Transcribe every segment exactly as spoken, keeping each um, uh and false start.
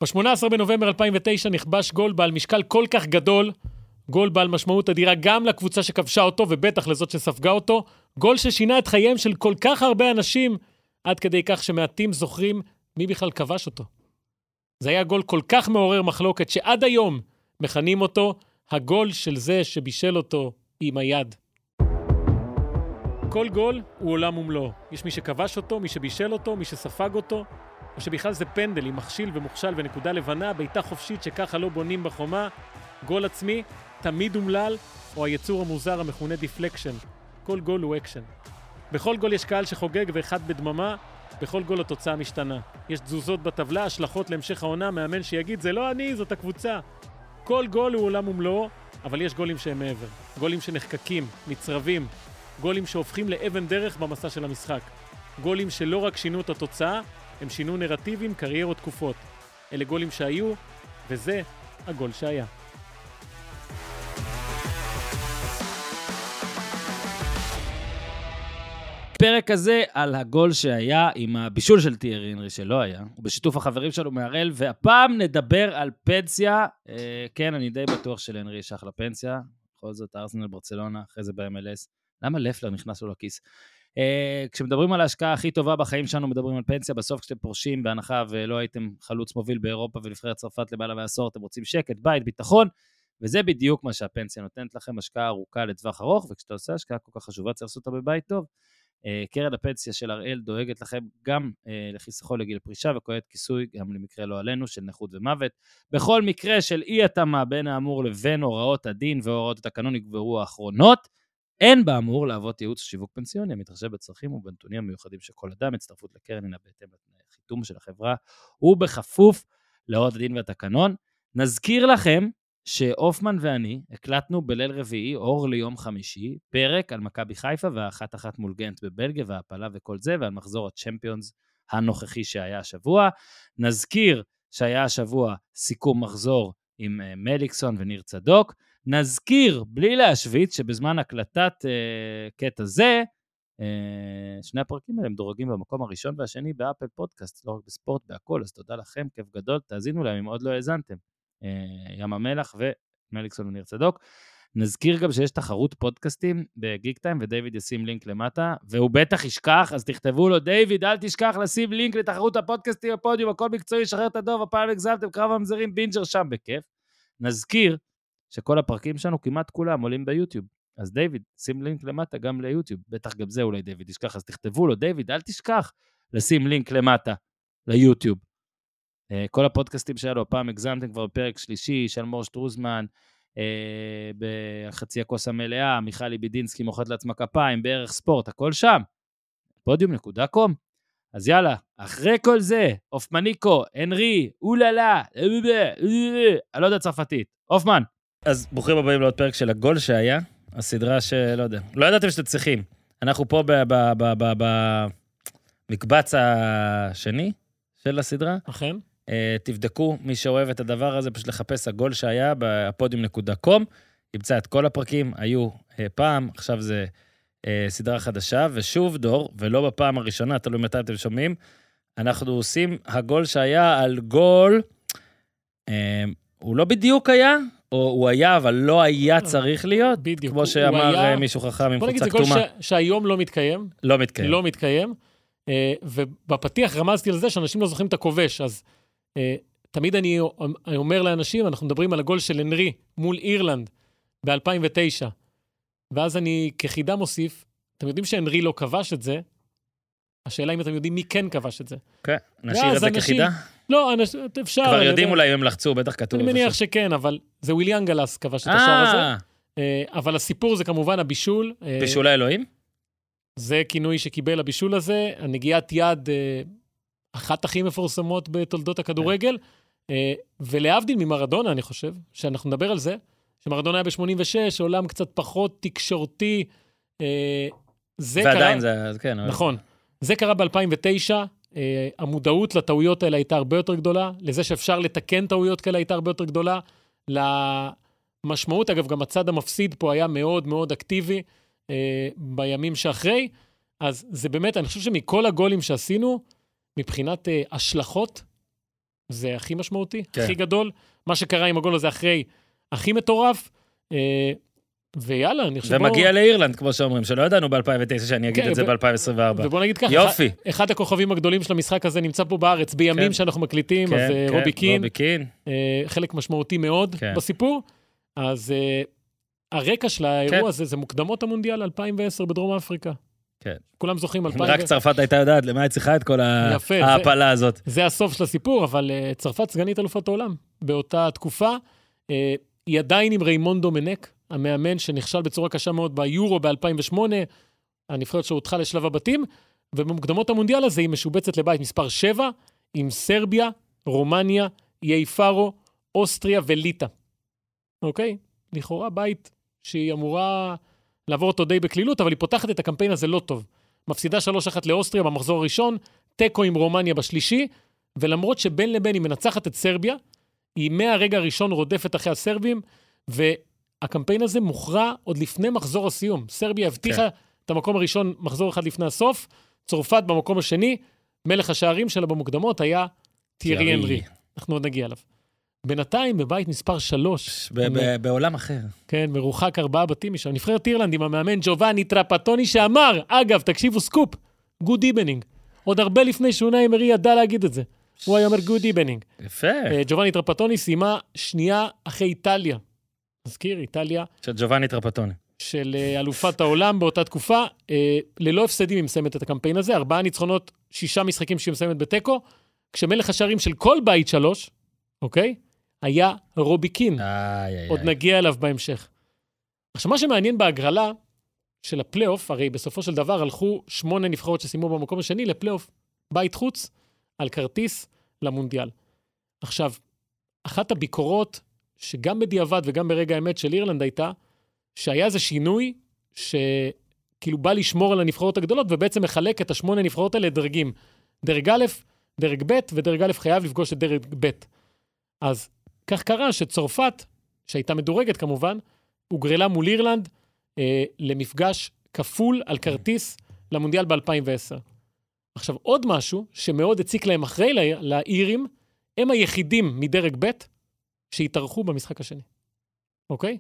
ב-שמונה עשרה בנובמבר אלפיים ותשע נכבש גול בעל משקל כל כך גדול, גול בעל משמעות אדירה גם לקבוצה שכבשה אותו, ובטח לזאת שספגה אותו, גול ששינה את חייהם של כל כך הרבה אנשים, עד כדי כך שמעטים זוכרים מי בכלל כבש אותו. זה היה גול כל כך מעורר מחלוקת, שעד היום מכנים אותו הגול של זה שבישל אותו עם היד. כל גול הוא עולם ומלואו. יש מי שכבש אותו, מי שבישל אותו, מי שספג אותו, או שבכלל זה פנדל עם מכשיל ומוכשל ונקודה לבנה, בעיטה חופשית שככה לא בונים בחומה, גול עצמי, תמיד אומלל, או היצור המוזר המכונה דיפלקשן. כל גול הוא אקשן. בכל גול יש קהל שחוגג ואחד בדממה, בכל גול התוצאה משתנה. יש תזוזות בטבלה, השלכות להמשך העונה, מאמן שיגיד, זה לא אני, זאת הקבוצה. כל גול הוא עולם ומלואו, אבל יש גולים שהם מעבר. גולים שנחקקים, מצרבים, גולים שהופכים לאבן דרך במסע של המשחק. גולים שלא רק שינו את התוצאה, הם שינו נרטיבים, קריירות תקופות. אלה גולים שהיו, וזה הגול שהיה. פרק הזה על הגול שהיה עם הבישול של תיארי אנרי שלא היה, ובשיתוף החברים שלנו מהראל, והפעם נדבר על פנסיה. אה, כן, אני די בטוח שלאנרי יש אחלה פנסיה, בכל זאת ארסנל ברצלונה, אחרי זה ב-אם אל אס. למה לפלר נכנס לו לכיס? Uh, כשמדברים על ההשקעה הכי טובה בחיים שלנו, מדברים על פנסיה, בסוף כשאתם פורשים בהנחה ולא הייתם חלוץ מוביל באירופה ולבחרת צרפת למעלה ועשור, אתם רוצים שקט, בית, ביטחון, וזה בדיוק מה שהפנסיה נותנת לכם, השקעה ארוכה לטווח ארוך, וכשאתה עושה השקעה כל כך חשובה, צריך לעשות אותה בבית טוב. Uh, קרן הפנסיה של הראל דואגת לכם גם uh, לחיסכון לגיל פרישה, וכוללת כיסוי גם למקרה לא עלינו של נכות ומוות. בכל מקרה של אי התאמה בין האמור לבין הוראות הדין והוראות התקנון נקבעו האחרונות, אין באמור לעבוד ייעוץ שיווק פנסיוני, המתחשב בצרכים ובנתונים המיוחדים של כל אדם, הצטרפות לקרן הינה בהתאם לחיתום של החברה, ובכפוף להוראות הדין והתקנון. נזכיר לכם שאופמן ואני הקלטנו בליל רביעי, אור ליום חמישי, פרק על מכבי חיפה והאחת אחת מול גנט בבלגיה, וההפלה וכל זה, ועל מחזור הצ'מפיונס הנוכחי שהיה השבוע. נזכיר שהיה השבוע סיכום מחזור עם מליקסון וניר צדוק, נזכיר, בלי להשוויץ, שבזמן הקלטת אה, קטע זה, אה, שני הפרקים האלה הם דורגים במקום הראשון והשני באפל פודקאסט, לא רק בספורט, בהכל, אז תודה לכם, כיף גדול, תאזינו להם אם עוד לא האזנתם. אה, ים המלח ומליקסון וניר צדוק. נזכיר גם שיש תחרות פודקאסטים בגיק טיים, ודייוויד ישים לינק למטה, והוא בטח ישכח, אז תכתבו לו, דיוויד, אל תשכח לשים לינק לתחרות הפודקאסטים בפודיום, הכל מקצועי, שחרר את הדוב, הפעם הגזמתם, קרב המזרים, בינג'ר שם בכיף. נזכיר שכל הפרקים שלנו כמעט כולם עולים ביוטיוב. אז דיוויד, שים לינק למטה גם ליוטיוב. בטח גם זה אולי דיוויד ישכח, אז תכתבו לו, דיוויד, אל תשכח לשים לינק למטה ליוטיוב. כל הפודקאסטים שלנו, הפעם הגזמתם כבר בפרק שלישי, של מור שטרוזמן, בחצי הכוס המלאה, מיכלי בידינסקי מוחת לעצמה כפיים, בערך ספורט, הכל שם. פודיום נקודה קום. אז יאללה, אחרי כל זה, אופמניקו, אנרי, אוללה, אני לא יודע צרפתית. אופמן. אז ברוכים הבאים לעוד פרק של הגול שהיה, הסדרה שלא יודע, לא ידעתם שאתם צריכים. אנחנו פה במקבץ השני של הסדרה. אכן. תבדקו מי שאוהב את הדבר הזה, פשוט לחפש הגול שהיה בפודיום נקודה קום, ימצא את כל הפרקים, היו פעם, עכשיו זה סדרה חדשה, ושוב דור, ולא בפעם הראשונה, תלוי מתי אתם שומעים, אנחנו עושים הגול שהיה על גול, הוא לא בדיוק היה, או הוא היה, אבל לא היה צריך להיות, בדיוק. כמו שאמר מישהו חכם עם חוצה כתומה. בוא נגיד, זה גול שהיום לא מתקיים. לא מתקיים. לא מתקיים, ובפתיח רמזתי על זה שאנשים לא זוכרים את הכובש, אז תמיד אני אומר לאנשים, אנחנו מדברים על הגול של אנרי מול אירלנד ב-אלפיים ותשע, ואז אני כחידה מוסיף, אתם יודעים שאנרי לא כבש את זה, השאלה אם אתם יודעים מי כן כבש את זה. כן, נשאיר את זה כחידה? לא, אפשר. כבר יודעים אולי אם הם לחצו, בטח כתוב. אני מניח שכן, אבל זה וויליאן גלס כבש את השער הזה. אבל הסיפור זה כמובן הבישול. בישול האלוהים? זה כינוי שקיבל הבישול הזה, הנגיעת יד, אחת הכי מפורסמות בתולדות הכדורגל, ולהבדיל ממרדונה, אני חושב, שאנחנו נדבר על זה, שמרדונה היה ב-שמונים ושש, עולם קצת פחות תקשורתי. ועדיין זה, כן. נכון. זה קרה ב-אלפיים ותשע, המודעות לטעויות האלה הייתה הרבה יותר גדולה, לזה שאפשר לתקן טעויות כאלה הייתה הרבה יותר גדולה, למשמעות, אגב, גם הצד המפסיד פה היה מאוד מאוד אקטיבי, בימים שאחרי, אז זה באמת, אני חושב שמכל הגולים שעשינו, מבחינת השלכות, זה הכי משמעותי, כן. הכי גדול. מה שקרה עם הגול הזה אחרי, הכי מטורף. אה, ויאללה, אני חושב... ומגיע לאירלנד, כמו שאומרים, שלא ידענו ב-אלפיים ותשע, שאני אגיד כן, את זה ו... ב-אלפיים עשרים וארבע. ובוא נגיד ככה, יופי. אחד, אחד הכוכבים הגדולים של המשחק הזה נמצא פה בארץ, בימים כן. שאנחנו מקליטים, כן, אז כן, רובי קין, רובי קין. אה, חלק משמעותי מאוד כן. בסיפור. אז אה, הרקע של האירוע כן. הזה, זה מוקדמות המונדיאל אלפיים ועשר בדרום אפריקה. כן. כולם זוכרים אלפיים... רק צרפת הייתה יודעת למה היא צריכה את כל יפה, ההפלה הזאת. זה הסוף של הסיפור, אבל uh, צרפת סגנית אלופת העולם. באותה תקופה, uh, היא עדיין עם ריימון דומנק, המאמן שנכשל בצורה קשה מאוד ביורו ב-אלפיים ושמונה, הנבחרת שהודחה לשלב הבתים, ובמוקדמות המונדיאל הזה היא משובצת לבית מספר שבע, עם סרביה, רומניה, איי פארו, אוסטריה וליטא. אוקיי? לכאורה בית שהיא אמורה לעבור אותו די בקלילות, אבל היא פותחת את הקמפיין הזה לא טוב. מפסידה שלוש אחת לאוסטריה במחזור הראשון, טקו עם רומניה בשלישי, ולמרות שבין לבין היא מנצחת את סרביה, היא מהרגע הראשון רודפת אחרי הסרבים, והקמפיין הזה מוכרע עוד לפני מחזור הסיום. סרביה הבטיחה כן. את המקום הראשון מחזור אחד לפני הסוף, צרפת במקום השני, מלך השערים שלה במוקדמות היה תיארי אנרי. אנחנו עוד נגיע אליו. בינתיים בבית מספר שלוש. בעולם אחר. כן, מרוחק ארבעה בתים משם. נבחרת אירלנד עם המאמן ג'ובאני טרפטוני שאמר, אגב, תקשיבו סקופ, גוד איבנינג. עוד הרבה לפני שאונאי אמרי ידע להגיד את זה. הוא היה אומר גוד איבנינג. יפה. ג'ובאני טרפטוני סיימה שנייה אחרי איטליה. נזכיר, איטליה. של ג'ובאני טרפטוני. של אלופת העולם באותה תקופה. ללא הפסדים היא מסיימת את הקמפיין הזה. ארבעה ניצחונות, שישה משחקים שהיא מסיימת בטקו. כשמלך השערים של כל בית שלוש, אוקיי? היה רובי קין. איי, עוד איי. נגיע אליו בהמשך. עכשיו, מה שמעניין בהגרלה של הפלייאוף, הרי בסופו של דבר הלכו שמונה נבחרות שסיימו במקום השני לפלייאוף, בית חוץ, על כרטיס למונדיאל. עכשיו, אחת הביקורות שגם בדיעבד וגם ברגע האמת של אירלנד הייתה, שהיה איזה שינוי שכאילו בא לשמור על הנבחרות הגדולות, ובעצם מחלק את השמונה נבחרות האלה לדרגים. דרג א', דרג ב', ודרג א' חייב לפגוש את דרג ב'. אז כך קרה שצרפת, שהייתה מדורגת כמובן, הוגרלה מול אירלנד אה, למפגש כפול על כרטיס למונדיאל ב-אלפיים ועשר. עכשיו, עוד משהו שמאוד הציק להם אחרי לא, לאירים, הם היחידים מדרג ב' שהתארחו במשחק השני. אוקיי?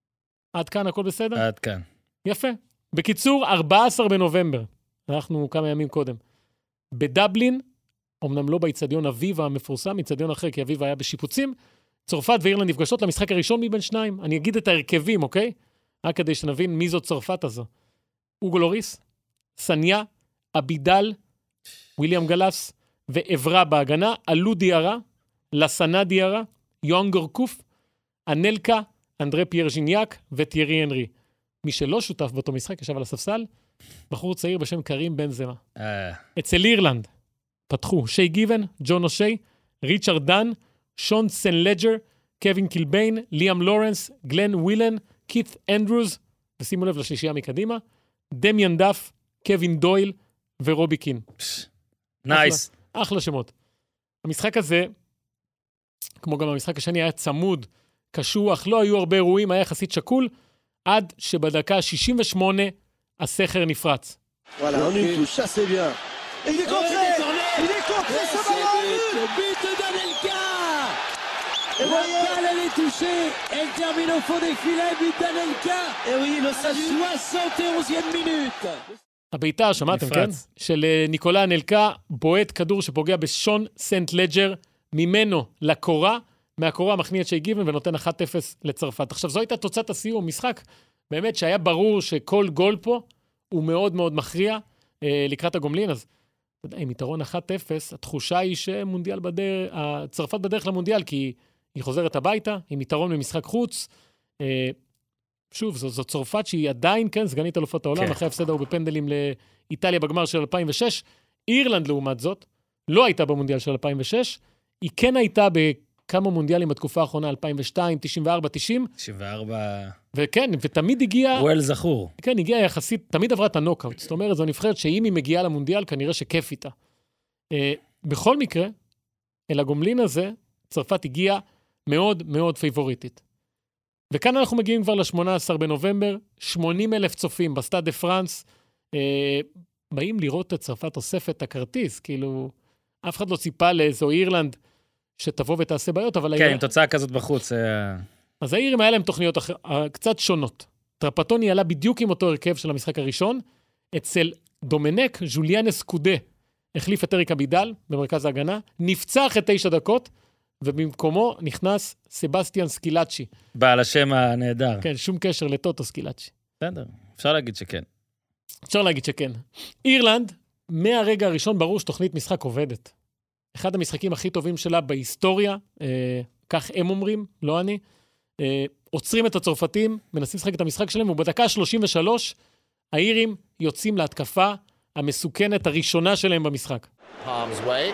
עד כאן הכל בסדר? עד כאן. יפה. בקיצור, ארבעה עשר בנובמבר, אנחנו כמה ימים קודם, בדבלין, אמנם לא באיצטדיון אביבה המפורסם, איצטדיון אחר, כי אביבה היה בשיפוצים, צרפת ואירלנד נפגשות למשחק הראשון מבין שניים. אני אגיד את ההרכבים, אוקיי? רק כדי שנבין מי זאת צרפת הזו. אוגו לוריס, סניה, אבידל, וויליאם גלס, ועברה בהגנה, אלו דיארה, לסנה דיארה, יואן גורקוף, אנלקה, אנדרי פייר ז'יניאק וטיירי אנרי. מי שלא שותף באותו משחק, ישב על הספסל, בחור צעיר בשם קרים בנזמה. אצל אירלנד פתחו שי גיבן, ג'ון אושי, ריצ'רד דן, שון סן לג'ר, קווין קילביין, ליאם לורנס, גלן ווילן, קית' אנדרוז, ושימו לב לשלישייה מקדימה, דמיאן דף, קווין דויל ורובי קין. נייס. אחלה, אחלה שמות. המשחק הזה, כמו גם המשחק השני, היה צמוד, קשוח, לא היו הרבה אירועים, היה יחסית שקול, עד שבדקה שישים ושמונה הסכר נפרץ. Voilà, on une touche, ça c'est bien. Et il est contré, il est contré, ça va dans le but de Anelka. Et voilà, elle est touchée, elle termine au fond des filets, but d'Anelka. Et oui, le soixante et onzième minute. הביתה, שמעתם, כן? של ניקולה אנלקה, בועט כדור שפוגע בשון סנט לג'ר, ממנו לקורה, מהקורה מכניע את שי גיבן ונותן אחת אפס לצרפת. עכשיו, זו הייתה תוצאת הסיום, משחק באמת שהיה ברור שכל גול פה הוא מאוד מאוד מכריע אה, לקראת הגומלין, אז אתה יודע, עם יתרון אחת אפס, התחושה היא שמונדיאל בדרך, צרפת בדרך למונדיאל, כי היא חוזרת הביתה, עם יתרון ממשחק חוץ. אה, שוב, זו, זו צרפת שהיא עדיין, כן, סגנית אלופת העולם, כן. אחרי הפסד ההוא בפנדלים לאיטליה בגמר של אלפיים ושש. אירלנד, לעומת זאת, לא הייתה במונדיאל של אלפיים ושש, היא כן הייתה בכמה מונדיאלים בתקופה האחרונה, אלפיים ושתיים, תשעים וארבע, תשעים. תשעים וארבע... וכן, ותמיד הגיעה... וואל זכור. כן, הגיעה יחסית, תמיד עברה את הנוקאוט. זאת אומרת, זו נבחרת שאם היא מגיעה למונדיאל, כנראה שכיף איתה. אה, בכל מקרה, אל הגומלין הזה, צרפת הגיעה מאוד מאוד פייבוריטית. וכאן אנחנו מגיעים כבר ל-שמונה עשר בנובמבר, שמונים אלף צופים בסטאד דה פרנס, אה, באים לראות את צרפת אוספת את הכרטיס, כאילו, אף אחד לא ציפה לאיזו אירלנד, שתבוא ותעשה בעיות, אבל... כן, עם תוצאה כזאת בחוץ. אז האירים היה להם תוכניות אחר, קצת שונות. טרפטוני עלה בדיוק עם אותו הרכב של המשחק הראשון, אצל דומנק, ז'וליאנס קודה, החליף את אריק אבידל במרכז ההגנה, נפצע אחרי תשע דקות, ובמקומו נכנס סבסטיאן סקילאצ'י. בעל השם הנהדר. כן, שום קשר לטוטו סקילאצ'י. בסדר, אפשר להגיד שכן. אפשר להגיד שכן. אירלנד, מהרגע הראשון ברור שתוכנית משחק עובדת. אחד המשחקים הכי טובים שלה בהיסטוריה, אה, כך הם אומרים, לא אני, אה, עוצרים את הצרפתים, מנסים לשחק את המשחק שלהם, ובדקה שלושים ושלוש, האירים יוצאים להתקפה המסוכנת הראשונה שלהם במשחק. Palms way.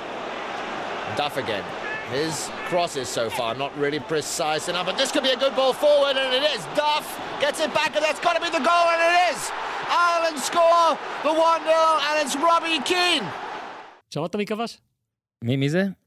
Duff again. His crosses so far not really precise enough, but this could be a good ball forward, and it is. Duff gets it back, and that's got to be the goal, and it is. Ireland score the one nil, and it's Robbie Keane. שמעת מי כבש? מי, מי זה?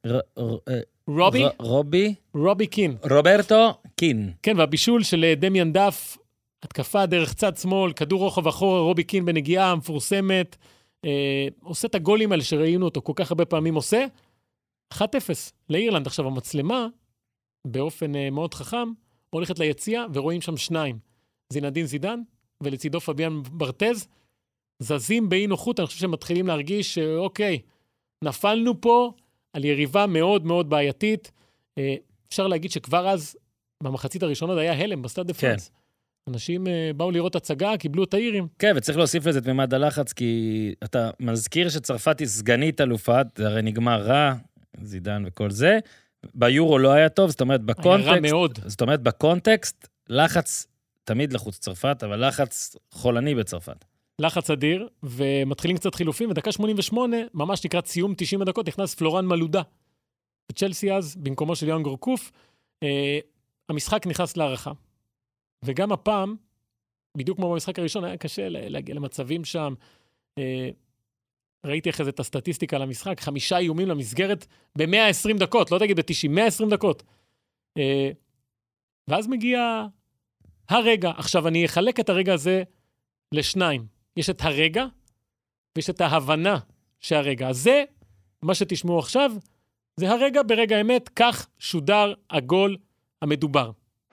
רובי? רובי? רובי קין. רוברטו קין. כן, והבישול של דמיאן דף, התקפה דרך צד שמאל, כדור רוחב אחורה, רובי קין בנגיעה המפורסמת, אה, עושה את הגולים האלה שראינו אותו כל כך הרבה פעמים עושה, אחת אפס לאירלנד. עכשיו המצלמה, באופן אה, מאוד חכם, הולכת ליציאה ורואים שם שניים. זינדין זידן ולצידו פביאן ברטז, זזים באי נוחות, אני חושב שהם מתחילים להרגיש שאוקיי, נפלנו פה על יריבה מאוד מאוד בעייתית. אה, אפשר להגיד שכבר אז, במחצית הראשונה, היה הלם בסטאד דה פרנס. אנשים uh, באו לראות הצגה, קיבלו את האירים. כן, וצריך להוסיף לזה את ממד הלחץ, כי אתה מזכיר שצרפת היא סגנית אלופת, זה הרי נגמר רע, זידן וכל זה, ביורו לא היה טוב, זאת אומרת, בקונטקסט, היה רע מאוד. זאת אומרת, בקונטקסט, לחץ תמיד לחוץ צרפת, אבל לחץ חולני בצרפת. לחץ אדיר, ומתחילים קצת חילופים, ודקה שמונים ושמונה, ממש לקראת סיום תשעים הדקות, נכנס פלורן מלודה. בצ'לסי אז, במקומו של יואן גורקוף, אה, המשחק נכנס להערכה. וגם הפעם, בדיוק כמו במשחק הראשון, היה קשה להגיע למצבים שם. אה, ראיתי אחרי זה את הסטטיסטיקה על המשחק, חמישה איומים למסגרת ב-מאה ועשרים דקות, לא תגיד ב-תשעים, מאה ועשרים דקות. אה, ואז מגיע הרגע. עכשיו, אני אחלק את הרגע הזה לשניים. יש את הרגע, ויש את ההבנה שהרגע. אז זה, מה שתשמעו עכשיו, זה הרגע ברגע האמת, כך שודר הגול המדובר.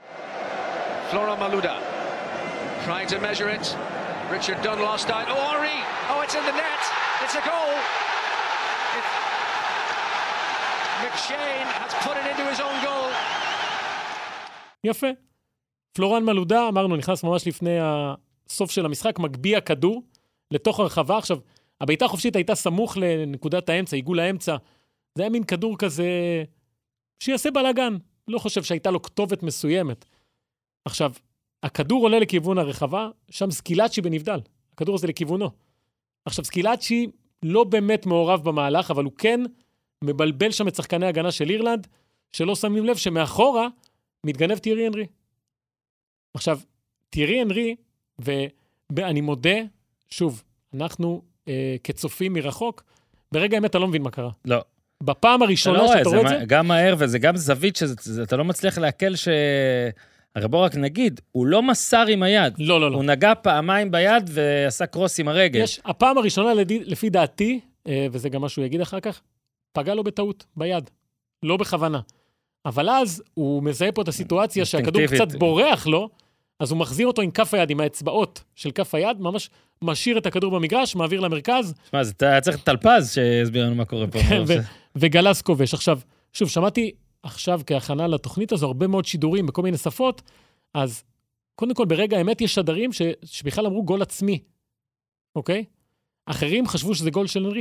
Florent Malouda trying to measure it. Richard Dunn lost out. Oh, Henry! Oh, it's in the net. It's a goal. It... McShane has put it into his own goal. יפה. פלורן מלודה, אמרנו, נכנס ממש לפני הסוף של המשחק, מגביע כדור לתוך הרחבה. עכשיו, הבעיטה החופשית הייתה סמוך לנקודת האמצע, עיגול האמצע. זה היה מין כדור כזה שיעשה בלגן. לא חושב שהייתה לו כתובת מסוימת. עכשיו, הכדור עולה לכיוון הרחבה, שם סקילאצ'י בנבדל. הכדור הזה לכיוונו. עכשיו, סקילאצ'י לא באמת מעורב במהלך, אבל הוא כן מבלבל שם את שחקני הגנה של אירלנד, שלא שמים לב שמאחורה מתגנב תיארי אנרי. עכשיו, תיארי אנרי, ואני מודה, שוב, אנחנו אה, כצופים מרחוק, ברגע האמת אתה לא מבין מה קרה. לא. בפעם הראשונה לא שאתה רואה את זה... גם מהר, וזה גם זווית שאתה לא מצליח להקל ש... הרי בוא רק נגיד, הוא לא מסר עם היד. לא, לא, לא. הוא נגע פעמיים ביד ועשה קרוס עם הרגל. יש, הפעם הראשונה, לפי דעתי, וזה גם מה שהוא יגיד אחר כך, פגע לו בטעות, ביד. לא בכוונה. אבל אז הוא מזהה פה את הסיטואציה שהכדור קצת בורח לו, אז הוא מחזיר אותו עם כף היד, עם האצבעות של כף היד, ממש משאיר את הכדור במגרש, מעביר למרכז. שמע, זה היה צריך טלפז שהסביר לנו מה קורה פה. כן, ו- וגלס כובש. עכשיו, שוב, שמעתי עכשיו כהכנה לתוכנית הזו, הרבה מאוד שידורים בכל מיני שפות, אז קודם כל ברגע האמת יש שדרים ש- שבכלל אמרו גול עצמי, אוקיי? אחרים חשבו שזה גול של אנרי.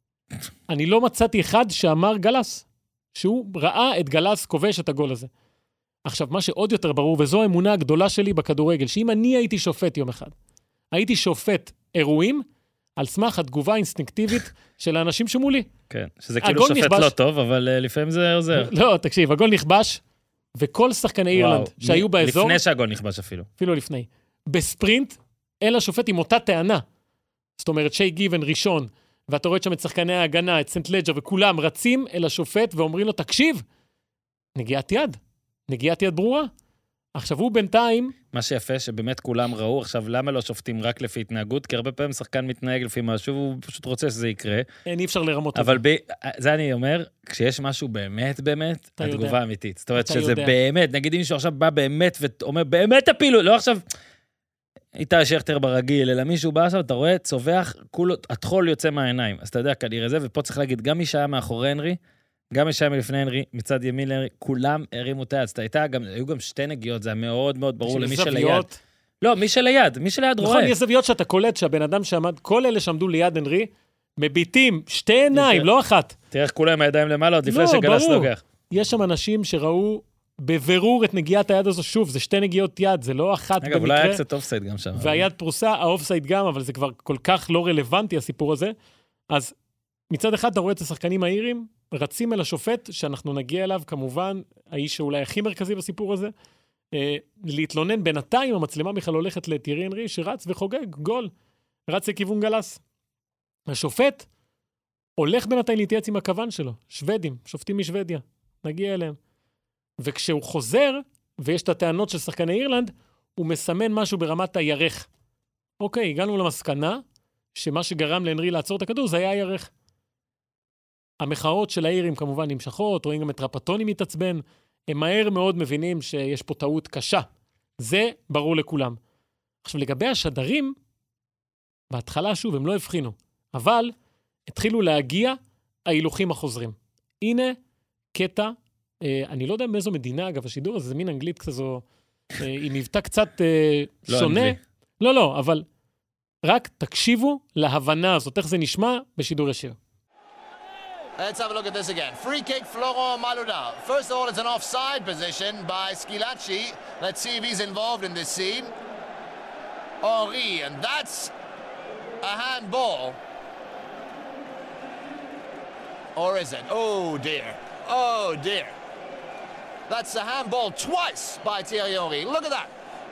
אני לא מצאתי אחד שאמר גלס, שהוא ראה את גלס כובש את הגול הזה. עכשיו, מה שעוד יותר ברור, וזו האמונה הגדולה שלי בכדורגל, שאם אני הייתי שופט יום אחד, הייתי שופט אירועים, על סמך התגובה האינסטינקטיבית של האנשים שמולי. כן, שזה כאילו שופט נכבש... לא טוב, אבל uh, לפעמים זה עוזר. לא, תקשיב, הגול נכבש, וכל שחקני אירלנד שהיו באזור... לפני שהגול נכבש אפילו. אפילו לפני. בספרינט, אל השופט עם אותה טענה. זאת אומרת, שי גיוון ראשון, ואתה רואה שם את שחקני ההגנה, את סנט לג'ר, וכולם רצים אל השופט ואומרים לו, תקשיב, נגיעת יד. נגיעת יד ברורה. עכשיו הוא בינתיים... מה שיפה שבאמת כולם ראו, עכשיו למה לא שופטים רק לפי התנהגות? כי הרבה פעמים שחקן מתנהג לפי משהו, והוא פשוט רוצה שזה יקרה. אין, אי אפשר לרמות את זה. אבל ב... זה אני אומר, כשיש משהו באמת באמת, התגובה אמיתית. זאת אומרת שזה יודע. באמת, נגיד אם מישהו עכשיו בא באמת ואומר, באמת הפילו, לא עכשיו... איתה שכתר ברגיל, אלא מישהו בא עכשיו, אתה רואה, צובח, כולו, התחול יוצא מהעיניים. אז אתה יודע, כנראה זה, ופה צריך להגיד, גם מי שהיה מאחורי הנרי, גם מי שהיה מלפני הנרי, מצד ימין להנרי, כולם הרימו את היד. הייתה גם, היו גם שתי נגיעות, זה היה מאוד מאוד ברור למי שליד. לא, מי שליד, מי שליד רואה. נכון, יש זוויות שאתה קולט שהבן אדם שעמד, כל אלה שעמדו ליד הנרי, מביטים, שתי עיניים, לא אחת. תראה איך כולם הידיים למעלה, עוד לפני שגלס לוקח. יש שם אנשים שראו בבירור את נגיעת היד הזו, שוב, זה שתי נגיעות יד, זה לא אחת במקרה. אגב, אולי היה קצת אופסייד גם שם. והיד פרוסה, האופסייד גם, אבל זה כבר כל כך לא רלוונטי, הסיפור הזה. אז מצד אחד אתה רואה את השחקנים האירים, רצים אל השופט, שאנחנו נגיע אליו, כמובן, האיש שאולי הכי מרכזי בסיפור הזה, אה, להתלונן בינתיים, המצלמה בכלל הולכת לטירי הנרי, שרץ וחוגג, גול, רץ לכיוון גלס. השופט הולך בינתיים להתייעץ עם הכוון שלו, שוודים, שופטים משוודיה, נגיע אליהם. וכשהוא חוזר, ויש את הטענות של שחקני אירלנד, הוא מסמן משהו ברמת הירך. אוקיי, הגענו למסקנה, שמה שגרם להנרי לעצור את הכדור, זה היה הירך. המחאות של האירים כמובן נמשכות, רואים גם את רפטוני מתעצבן, הם מהר מאוד מבינים שיש פה טעות קשה. זה ברור לכולם. עכשיו, לגבי השדרים, בהתחלה שוב, הם לא הבחינו, אבל התחילו להגיע ההילוכים החוזרים. הנה, קטע, אה, אני לא יודע מאיזו מדינה, אגב, השידור הזה, זה מין אנגלית כזו, אה, היא מבטא קצת אה, לא שונה. אנגלי. לא, לא, אבל רק תקשיבו להבנה הזאת, איך זה נשמע בשידור ישיר. Let's have a look at this again. Free kick, Florent Malouda. First of all, it's an offside position by Schilacci. Let's see if he's involved in this scene. Henri, and that's a handball. Or is it? Oh, dear. Oh, dear. That's a handball twice by Thierry Henry. Look at that.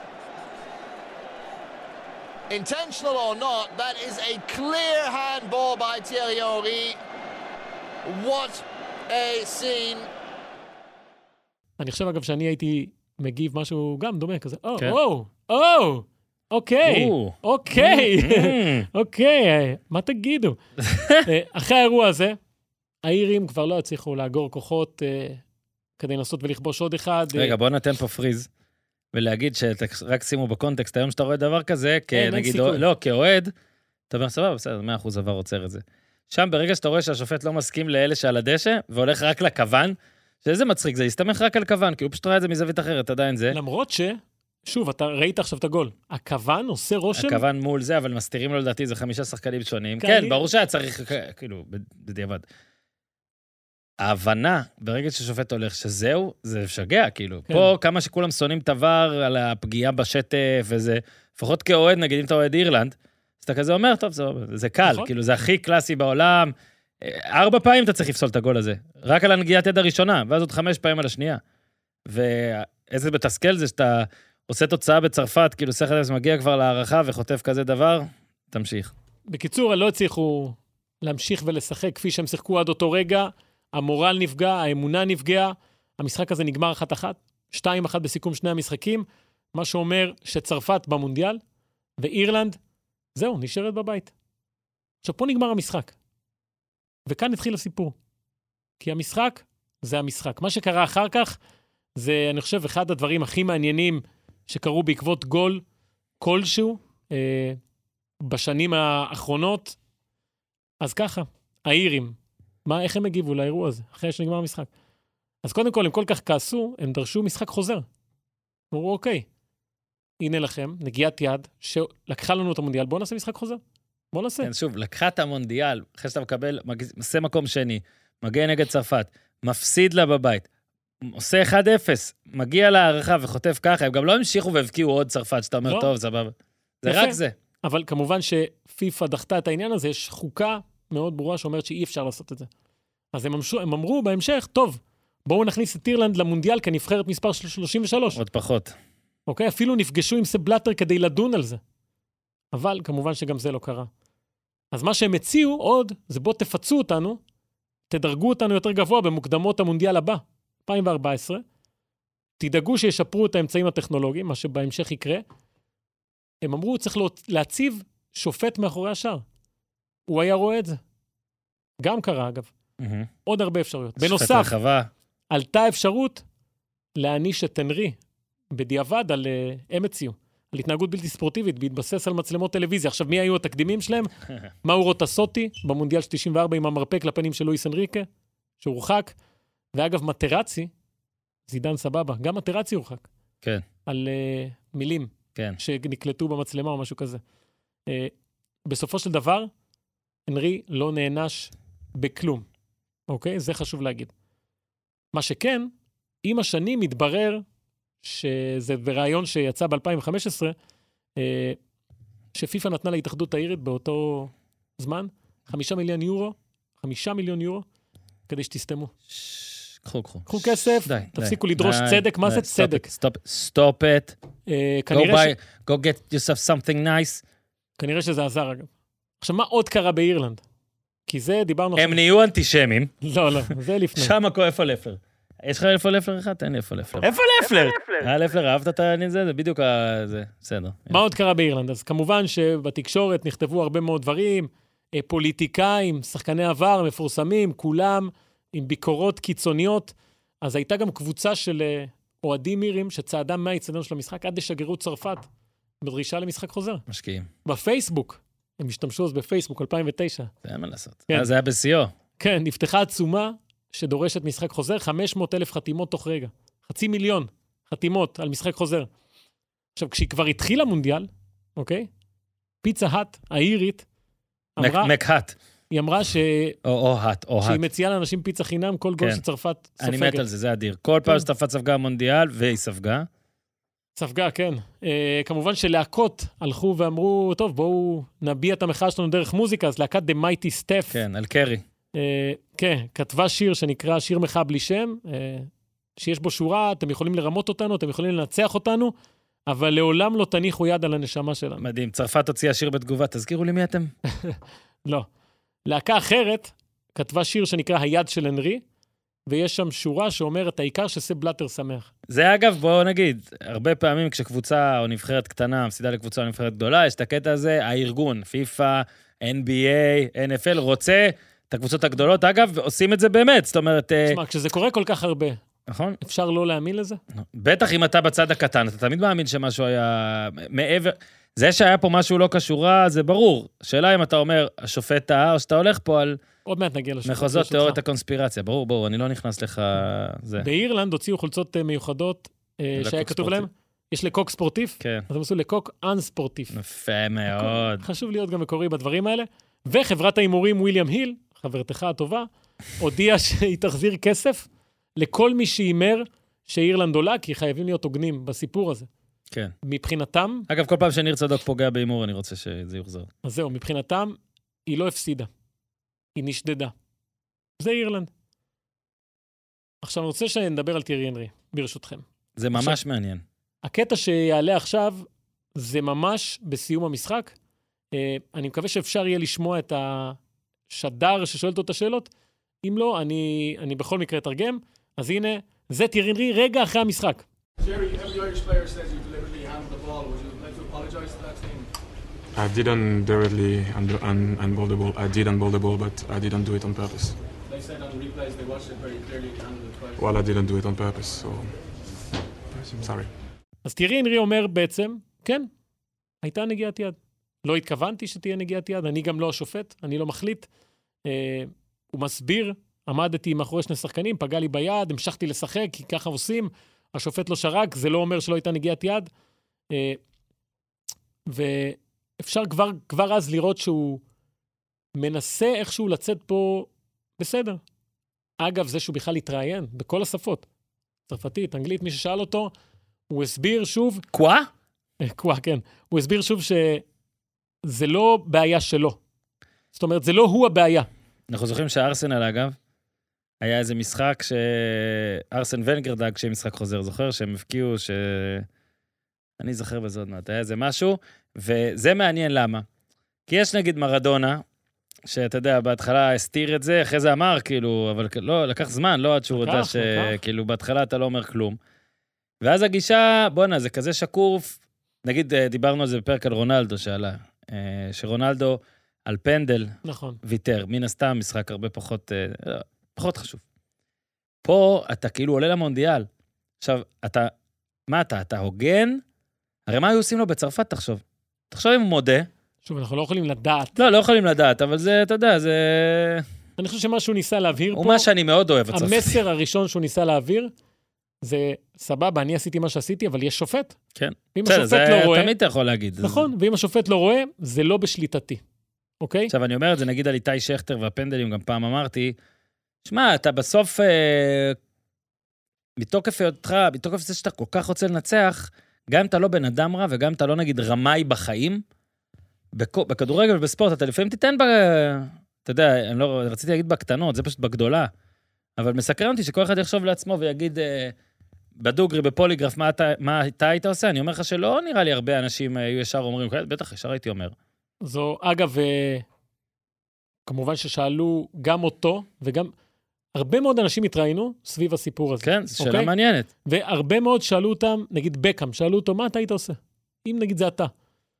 Intentional or not, that is a clear handball by Thierry Henry. What a scene. אני חושב אגב שאני הייתי מגיב משהו גם דומה כזה. או, כן. או, או, אוקיי, או. אוקיי, Mm. אוקיי, מה תגידו? אה, אחרי האירוע הזה, האירים כבר לא הצליחו לאגור כוחות אה, כדי לנסות ולכבוש עוד אחד. אה, רגע, בוא נתן פה פריז, ולהגיד שרק שימו בקונטקסט, היום שאתה רואה דבר כזה, אין כנגיד, סיכוי. לא, כאוהד, אתה אומר, סבבה, בסדר, מאה אחוז עבר עוצר את זה. שם ברגע שאתה רואה שהשופט לא מסכים לאלה שעל הדשא, והולך רק לכוון, שזה מצחיק, זה יסתמך רק על כוון, כי הוא פשוט ראה את זה מזווית אחרת, עדיין זה. למרות ש... שוב, אתה ראית עכשיו את הגול. הכוון עושה רושם... הכוון מול זה, אבל מסתירים לו לדעתי, זה חמישה שחקנים שונים. כן, כן, אני- ברור שהיה צריך, כאילו, בדיעבד. ההבנה, ברגע ששופט הולך שזהו, זה שגע, כאילו. כן. פה כמה שכולם שונאים תבר על הפגיעה בשטף וזה, לפחות כאוהד, נגיד אם אתה אוהד אירלנד, אז אתה כזה אומר, טוב, זה, זה קל, נכון. כאילו, זה הכי קלאסי בעולם. ארבע פעמים אתה צריך לפסול את הגול הזה, רק על הנגיעת יד הראשונה, ואז עוד חמש פעמים על השנייה. ואיזה בתסכל זה שאתה עושה תוצאה בצרפת, כאילו שחד אז מגיע כבר להערכה וחוטף כזה דבר, תמשיך. בקיצור, לא הצליחו להמשיך ולשחק כפי שהם שיחקו עד אותו רגע, המורל נפגע, האמונה נפגעה, המשחק הזה נגמר אחת-אחת, שתיים אחת בסיכום שני המשחקים, מה שאומר שצרפת במונדיאל, ואירלנד, זהו, נשארת בבית. עכשיו, פה נגמר המשחק. וכאן התחיל הסיפור. כי המשחק זה המשחק. מה שקרה אחר כך, זה, אני חושב, אחד הדברים הכי מעניינים שקרו בעקבות גול כלשהו, אה, בשנים האחרונות. אז ככה, האירים, מה, איך הם הגיבו לאירוע הזה, אחרי שנגמר המשחק? אז קודם כל, הם כל כך כעסו, הם דרשו משחק חוזר. הם אמרו, אוקיי, הנה לכם, נגיעת יד, שלקחה לנו את המונדיאל, בואו נעשה משחק חוזר. בואו נעשה. כן, שוב, לקחה את המונדיאל, אחרי שאתה מקבל, עושה מקום שני, מגיע נגד צרפת, מפסיד לה בבית, עושה אחד אפס, מגיע להערכה וחוטף ככה, הם גם לא המשיכו והבקיעו עוד צרפת, שאתה אומר, לא. טוב, סבבה. זה יפה. רק זה. אבל כמובן שפיפה דחתה את העניין הזה, יש חוקה מאוד ברורה שאומרת שאי אפשר לעשות את זה. אז הם, המשו, הם אמרו בהמשך, טוב, בואו נכניס את אירלנד למונדיאל כנבחרת מספר שלושים ושלוש. עוד פחות. אוקיי? אפילו נפגשו עם סב בלאטר כדי לדון על זה. אבל כמובן שגם זה לא קרה. אז מה שהם הציעו עוד, זה בוא תפצו אותנו, תדרגו אותנו יותר גבוה במוקדמות המונדיאל הבא, אלפיים וארבע עשרה, תדאגו שישפרו את האמצעים הטכנולוגיים, מה שבהמשך יקרה. הם אמרו, צריך להציב שופט מאחורי השער. הוא היה רואה את זה. גם קרה, אגב. עוד הרבה אפשרויות. בנוסף, עלתה אפשרות להעניש את הנרי בדיעבד על הם הציעו, על התנהגות בלתי ספורטיבית, בהתבסס על מצלמות טלוויזיה. עכשיו, מי היו התקדימים שלהם? מאורו טסוטי, במונדיאל של תשעים וארבע עם המרפק לפנים של לואיס אנריקה, שהורחק. ואגב, מטרצי, זידן סבבה, גם מטרצי הורחק. כן. על uh, מילים. כן. שנקלטו במצלמה או משהו כזה. Uh, בסופו של דבר, הנרי לא נענש בכלום. אוקיי? זה חשוב להגיד. מה שכן, עם השנים מתברר שזה ברעיון שיצא ב-אלפיים וחמש עשרה, אה, שפיפה נתנה להתאחדות האירית באותו זמן, חמישה מיליון יורו, חמישה מיליון יורו, כדי שתסתמו. קחו, קחו. קחו כסף, תפסיקו לדרוש צדק. מה זה צדק? Stop it. כנראה ש... Go get yourself something nice. כנראה שזה עזר, אגב. עכשיו, מה עוד קרה באירלנד? כי זה דיברנו... הם נהיו אנטישמים. לא, לא, זה לפני. שם הכל איפה לפלר. יש לך איפה לפלר אחד? תן לי איפה לפלר. איפה לפלר? אה, לפלר, אהבת את זה? זה בדיוק זה, בסדר. מה עוד קרה באירלנד? אז כמובן שבתקשורת נכתבו הרבה מאוד דברים, פוליטיקאים, שחקני עבר, מפורסמים, כולם עם ביקורות קיצוניות. אז הייתה גם קבוצה של אוהדים אירים שצעדה מהאצטדיון של המשחק עד לשגרירות צרפת, בדרישה למשחק חוזר. משקיעים. בפייסבוק. הם השתמשו אז בפייסבוק, אלפיים ותשע. זה היה מה לעשות. כן. זה היה בסיוע. כן, נפתחה עצומה שדורשת משחק חוזר, חמש מאות אלף חתימות תוך רגע. חצי מיליון חתימות על משחק חוזר. עכשיו, כשהיא כבר התחילה מונדיאל, אוקיי? פיצה האט, האירית, אמרה... מקהט. היא אמרה ש... או או האט, או האט. שהיא מציעה לאנשים פיצה חינם, כל גול שצרפת סופגת. אני מת על זה, זה אדיר. כל פעם שצרפת ספגה מונדיאל, והיא ספגה. ספגה, כן. אה, כמובן שלהקות הלכו ואמרו, טוב, בואו נביע את המחאה שלנו דרך מוזיקה, אז להקת The Mighty Steph. כן, על קרי. אה, כן, כתבה שיר שנקרא שיר מחאה בלי שם, אה, שיש בו שורה, אתם יכולים לרמות אותנו, אתם יכולים לנצח אותנו, אבל לעולם לא תניחו יד על הנשמה שלנו. מדהים, צרפת הוציאה שיר בתגובה, תזכירו לי מי אתם? לא. להקה אחרת כתבה שיר שנקרא היד של הנרי, ויש שם שורה שאומרת, העיקר שסה בלאטר שמח. זה אגב, בואו נגיד, הרבה פעמים כשקבוצה או נבחרת קטנה, מסידה לקבוצה או נבחרת גדולה, יש את הקטע הזה, הארגון, פיפה, אן בי איי, אן אף אל, רוצה את הקבוצות הגדולות, אגב, ועושים את זה באמת, זאת אומרת... תשמע, כשזה קורה כל כך הרבה, נכון? אפשר לא להאמין לזה? בטח אם אתה בצד הקטן, אתה תמיד מאמין שמשהו היה מעבר... זה שהיה פה משהו לא קשורה, זה ברור. שאלה אם אתה אומר, השופט טעה, או שאתה הולך פה על... עוד מעט נגיע לשופט. מחוזות תיאוריות הקונספירציה. ברור, ברור, אני לא נכנס לך... זה. באירלנד הוציאו חולצות מיוחדות, שהיה כתוב להם, יש לקוק ספורטיף, כן. אז הם עשו לקוק אנספורטיף. יפה מאוד. חשוב להיות גם מקורי בדברים האלה. וחברת האימורים וויליאם היל, חברתך הטובה, הודיעה שהיא תחזיר כסף לכל מי שאימר שאירלנד עולה, כי חייבים להיות הוגנים בסיפור הזה. כן. מבחינתם... אגב, כל פעם שניר צדוק פוגע באימור, אני רוצה שזה יוחזר. אז זהו, מבחינתם, היא לא הפסידה. היא נשדדה. זה אירלנד. עכשיו, אני רוצה שנדבר על תיארי הנרי, ברשותכם. זה ממש עכשיו, מעניין. הקטע שיעלה עכשיו, זה ממש בסיום המשחק. אני מקווה שאפשר יהיה לשמוע את השדר ששואל אותו את השאלות. אם לא, אני, אני בכל מקרה אתרגם. אז הנה, זה תיארי הנרי רגע אחרי המשחק. Jerry, every Irish player says you deliberately handled the ball. Would you like to apologise to that team? I didn't directly handball the ball. I did handball the ball, but I didn't do it on purpose. They said on the replays they watched it very clearly. You handled it twice. Well, I didn't do it on purpose, so sorry. אז תיארי הנרי אומר בעצם, כן, הייתה נגיעת יד. לא התכוונתי שתהיה נגיעת יד, אני גם לא השופט, אני לא מחליט. אה, הוא מסביר, עמדתי מאחורי שני שחקנים, פגע לי ביד, המשכתי לשחק, כי ככה עושים. השופט לא שרק, זה לא אומר שלא הייתה נגיעת יד. ואפשר כבר, כבר אז לראות שהוא מנסה איכשהו לצאת פה בסדר. אגב, זה שהוא בכלל התראיין בכל השפות. צרפתית, אנגלית, מי ששאל אותו, הוא הסביר שוב... קוואה? קוואה, כן. הוא הסביר שוב שזה לא בעיה שלו. זאת אומרת, זה לא הוא הבעיה. אנחנו זוכרים שהארסנל, אגב, היה איזה משחק שארסן ונגר דאג כשהם משחק חוזר, זוכר? שהם הפקיעו ש... אני זוכר בזה עוד מעט, היה איזה משהו, וזה מעניין למה. כי יש נגיד מרדונה, שאתה יודע, בהתחלה הסתיר את זה, אחרי זה אמר, כאילו, אבל לא, לקח זמן, לא עד שהוא יודע שכאילו, בהתחלה אתה לא אומר כלום. ואז הגישה, בוא'נה, זה כזה שקוף, נגיד, דיברנו על זה בפרק על רונלדו שעלה, שרונלדו על פנדל, נכון. ויתר, מן הסתם משחק הרבה פחות, פחות חשוב. פה אתה כאילו עולה למונדיאל. עכשיו, אתה, מה אתה? אתה הוגן? הרי מה היו עושים לו בצרפת, תחשוב? תחשוב אם הוא מודה. שוב, אנחנו לא יכולים לדעת. לא, לא יכולים לדעת, אבל זה, אתה יודע, זה... אני חושב שמה שהוא ניסה להבהיר פה... הוא מה שאני מאוד אוהב, הצרפתי. המסר הראשון שהוא ניסה להעביר, זה סבבה, אני עשיתי מה שעשיתי, אבל יש שופט. כן. ואם בסדר, השופט זה לא רואה... תמיד אתה יכול להגיד. נכון, ואם השופט לא רואה, זה לא בשליטתי. אוקיי? עכשיו, אני אומר את זה, נגיד על איתי שכטר והפנדלים, גם פעם אמרתי, שמע, אתה בסוף, אה, מתוקף היותך, מתוקף זה שאתה כל כך רוצה לנצח, גם אם אתה לא בן אדם רע, וגם אם אתה לא נגיד רמאי בחיים, בכ- בכדורגל ובספורט, אתה לפעמים תיתן, ב... אתה יודע, אני לא רציתי להגיד בקטנות, זה פשוט בגדולה, אבל מסקרן אותי שכל אחד יחשוב לעצמו ויגיד, אה, בדוגרי, בפוליגרף, מה אתה, מה אתה היית עושה? אני אומר לך שלא נראה לי הרבה אנשים היו ישר אומרים, בטח, ישר הייתי אומר. זו, אגב, כמובן ששאלו גם אותו, וגם הרבה מאוד אנשים התראינו סביב הסיפור הזה. כן, זו שאלה אוקיי? מעניינת. והרבה מאוד שאלו אותם, נגיד בקאם, שאלו אותו, מה אתה היית עושה? אם נגיד זה אתה.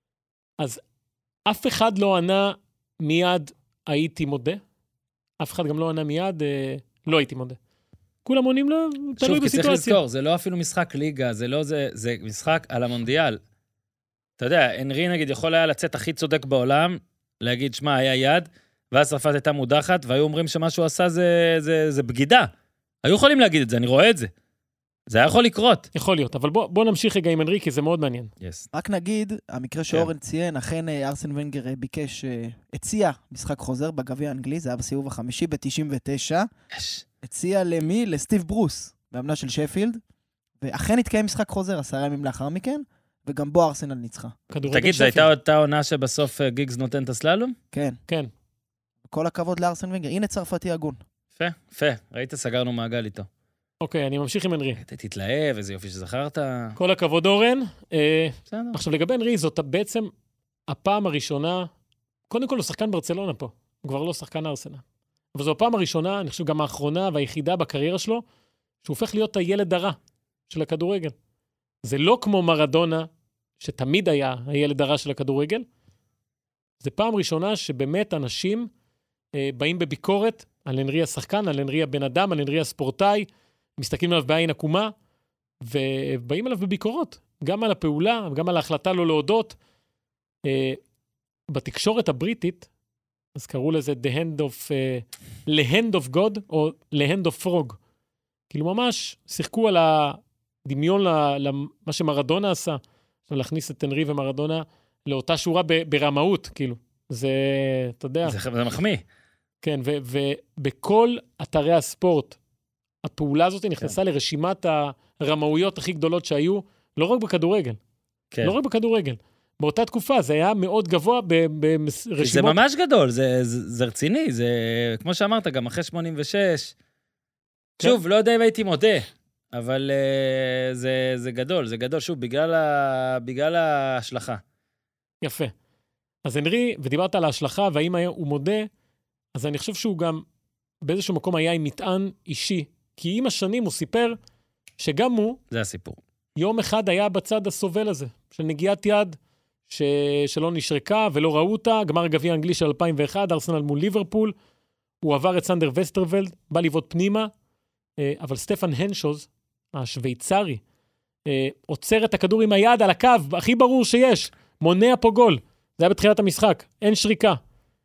אז אף אחד לא ענה מיד הייתי מודה, אף אחד גם לא ענה מיד אה, לא הייתי מודה. כולם עונים לו, תלוי שוב, כי צריך בסיטואציה. לזכור, זה לא אפילו משחק ליגה, זה לא זה, זה משחק על המונדיאל. אתה יודע, אנרי נגיד יכול היה לצאת הכי צודק בעולם, להגיד, שמה, היה יד, ואז צרפת הייתה מודחת, והיו אומרים שמה שהוא עשה זה, זה, זה בגידה. היו יכולים להגיד את זה, אני רואה את זה. זה היה יכול לקרות. יכול להיות, אבל בוא, בוא נמשיך רגע עם אנרי, כי זה מאוד מעניין. Yes. רק נגיד, המקרה שאורן ציין, אכן ארסן ונגר ביקש, הציע משחק חוזר בגביע האנגלי, זה היה בסיבוב החמישי ב-תשעים ותשע, יש. הציע למי? לסטיב ברוס, באמנה של שפילד, ואכן התקיים משחק חוזר עשרה ימים לאחר מכן, וגם בו ארסנל ניצחה. תגיד, זו הייתה אותה עונה שבסוף גיגס נותן את הסללום? כן. כן. כל הכבוד לארסן ונגר, הנה צרפתי הגון. יפה, יפה, ראית, סגרנו מעגל איתו. אוקיי, אני ממשיך עם אנרי. אתה תתלהב, איזה יופי שזכרת. כל הכבוד אורן. אה, בסדר. עכשיו לגבי אנרי, זאת בעצם הפעם הראשונה, קודם כל הוא שחקן ברצלונה פה, הוא כבר לא שחקן ארסנל. אבל זו הפעם הראשונה, אני חושב גם האחרונה והיחידה בקריירה שלו, שהוא הופך להיות הילד הרע של הכדורגל. זה לא כמו מרדונה, שתמיד היה הילד הרע של הכדורגל. זה פעם ראשונה שבאמת אנשים אה, באים בביקורת על אנרי השחקן, על אנרי הבן אדם, על אנרי הספורטאי, מסתכלים עליו בעין עקומה, ובאים עליו בביקורות, גם על הפעולה, גם על ההחלטה לא להודות. אה, בתקשורת הבריטית, אז קראו לזה the hand of, uh, land of God, או land of frog. כאילו ממש שיחקו על הדמיון למה שמרדונה עשה, להכניס את אנרי ומרדונה לאותה שורה ברמאות, כאילו. זה, אתה יודע. זה, זה מחמיא. כן, ובכל אתרי הספורט, הפעולה הזאת נכנסה כן. לרשימת הרמאויות הכי גדולות שהיו, לא רק בכדורגל. כן. לא רק בכדורגל. באותה תקופה זה היה מאוד גבוה ברשימות. זה ממש גדול, זה, זה, זה רציני, זה, כמו שאמרת, גם אחרי שמונים ושש. כן. שוב, לא יודע אם הייתי מודה, אבל uh, זה, זה גדול, זה גדול, שוב, בגלל, ה, בגלל ההשלכה. יפה. אז אנרי, ודיברת על ההשלכה, והאם הוא מודה, אז אני חושב שהוא גם באיזשהו מקום היה עם מטען אישי, כי עם השנים הוא סיפר שגם הוא... זה הסיפור. יום אחד היה בצד הסובל הזה, של נגיעת יד, ש... שלא נשרקה ולא ראו אותה, גמר גביע אנגלי של אלפיים ואחת, ארסנל מול ליברפול, הוא עבר את סנדר וסטרוולד, בא לבעוט פנימה, אבל סטפן הנשוז, השוויצרי, עוצר את הכדור עם היד על הקו, הכי ברור שיש, מונע פה גול, זה היה בתחילת המשחק, אין שריקה.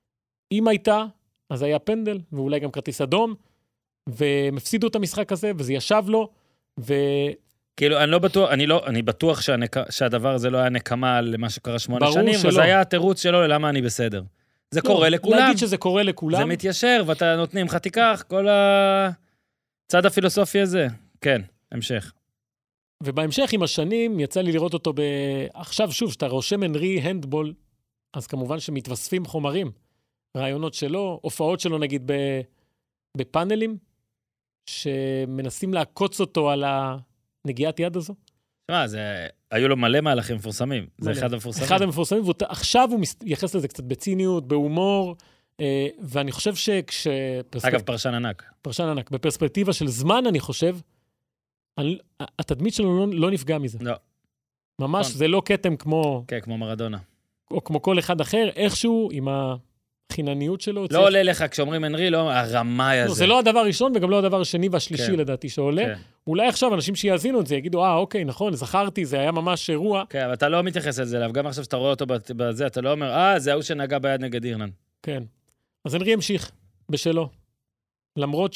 אם הייתה, אז היה פנדל, ואולי גם כרטיס אדום, ומפסידו את המשחק הזה, וזה ישב לו, ו... כאילו, אני לא בטוח, אני לא, אני בטוח שהנק... שהדבר הזה לא היה נקמה למה שקרה שמונה ברור שנים, שלא. וזה היה התירוץ שלו ללמה אני בסדר. זה לא, קורה לכולם. להגיד שזה קורה לכולם. זה מתיישר, ואתה נותנים לך תיקח, כל הצד הפילוסופי הזה. כן, המשך. ובהמשך עם השנים, יצא לי לראות אותו ב... עכשיו שוב, שאתה רושם אנרי הנדבול, אז כמובן שמתווספים חומרים. רעיונות שלו, הופעות שלו נגיד ב... בפאנלים, שמנסים לעקוץ אותו על הנגיעת יד הזו. תשמע, זה... היו לו מלא מהלכים מפורסמים. זה אחד המפורסמים. אחד המפורסמים, ועכשיו הוא מתייחס לזה קצת בציניות, בהומור, ואני חושב שכש... אגב, פרשן ענק. פרשן ענק. בפרספקטיבה של זמן, אני חושב, אני, התדמית שלנו לא, לא נפגע מזה. לא. ממש, נכון. זה לא קטם כמו... כן, כמו מרדונה. או כמו כל אחד אחר, איכשהו, עם החינניות שלו... לא צריך... עולה לך, כשאומרים אנרי, לא, הרמאי הזה. לא, זה לא הדבר הראשון, וגם לא הדבר השני והשלישי, כן. לדעתי, שעולה. כן. אולי עכשיו אנשים שיאזינו את זה, יגידו, אה, אוקיי, נכון, זכרתי, זה היה ממש אירוע. כן, אבל אתה לא מתייחס לזה אליו, גם עכשיו שאתה רואה אותו בזה, אתה לא אומר, אה, זה ההוא שנגע ביד נגד אירלנד. כן. אז אנרי המשיך בשלו. למרות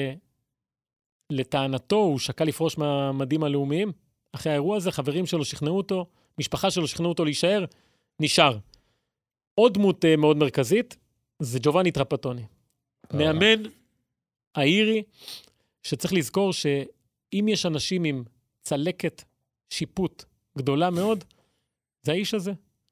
שלטענתו הוא שקל לפרוש מהמדים הלאומיים, אחרי האירוע הזה, חברים שלו שכנעו אותו, משפחה שלו שכנעו אותו להישאר, נשאר. עוד דמות uh, מאוד מרכזית, זה ג'ובאני טרפטוני. מאמן האירי, שצריך לזכור שאם יש אנשים עם צלקת שיפוט גדולה מאוד, זה האיש הזה.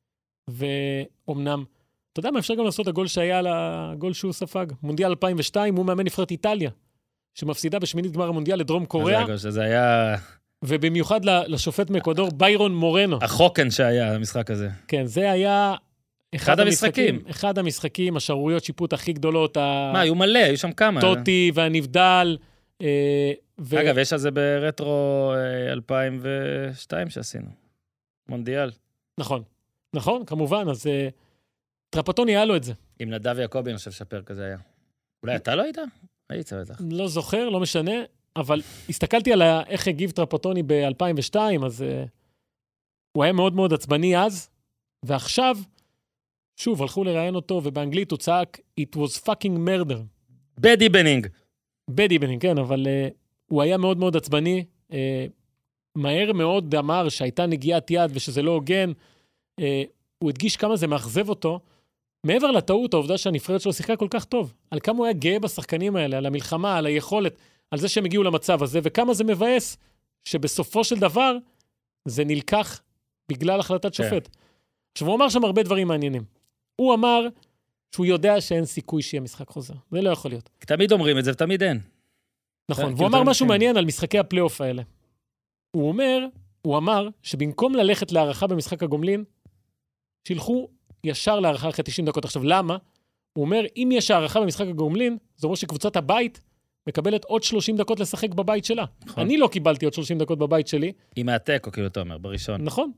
ואומנם, אתה יודע מה, אפשר גם לעשות הגול שהיה על הגול שהוא ספג. מונדיאל אלפיים ושתיים, הוא מאמן נבחרת איטליה, שמפסידה בשמינית גמר המונדיאל לדרום קוריאה. אז זה היה... ובמיוחד לשופט מאקוודור, ביירון מורנו. החוקן שהיה, המשחק הזה. כן, זה היה... אחד המשחקים. אחד המשחקים, השערוריות שיפוט הכי גדולות. מה, היו מלא, היו שם כמה. טוטי והנבדל. אגב, יש על זה ברטרו אלפיים ושתיים שעשינו. מונדיאל. נכון, נכון, כמובן, אז טרפטוני היה לו את זה. עם נדב יעקבי, אני חושב שפר כזה היה. אולי אתה לא היית? היית בטח. לא זוכר, לא משנה, אבל הסתכלתי על איך הגיב טרפטוני ב-אלפיים ושתיים, אז הוא היה מאוד מאוד עצבני אז, ועכשיו, שוב, הלכו לראיין אותו, ובאנגלית הוא צעק, it was fucking murder. בדי בנינג. בדי בנינג, כן, אבל uh, הוא היה מאוד מאוד עצבני, uh, מהר מאוד אמר שהייתה נגיעת יד ושזה לא הוגן, uh, הוא הדגיש כמה זה מאכזב אותו, מעבר לטעות, העובדה שהנבחרת שלו שיחקה כל כך טוב, על כמה הוא היה גאה בשחקנים האלה, על המלחמה, על היכולת, על זה שהם הגיעו למצב הזה, וכמה זה מבאס שבסופו של דבר זה נלקח בגלל החלטת שופט. Okay. עכשיו, הוא אמר שם הרבה דברים מעניינים. הוא אמר שהוא יודע שאין סיכוי שיהיה משחק חוזר. זה לא יכול להיות. תמיד אומרים את זה ותמיד אין. נכון, והוא אמר משהו מעניין על משחקי הפלייאוף האלה. הוא אומר, הוא אמר שבמקום ללכת להערכה במשחק הגומלין, שילכו ישר להערכה אחרי תשעים דקות. עכשיו, למה? הוא אומר, אם יש הערכה במשחק הגומלין, זה אומר שקבוצת הבית מקבלת עוד שלושים דקות לשחק בבית שלה. נכון. אני לא קיבלתי עוד שלושים דקות בבית שלי. עם העתק, או כאילו אתה אומר, בראשון. נכון.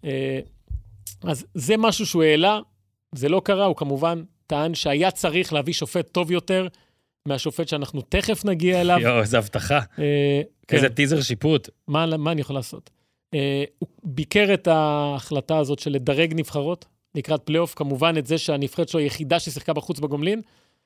אז זה משהו שהוא העלה, זה לא קרה, הוא כמובן טען שהיה צריך להביא שופט טוב יותר מהשופט שאנחנו תכף נגיע אליו. יו, איזו הבטחה. איזה טיזר שיפוט. מה, מה אני יכול לעשות? הוא ביקר את ההחלטה הזאת של לדרג נבחרות, לקראת פלייאוף, כמובן את זה שהנבחרת שלו היחידה ששיחקה בחוץ בגומלין,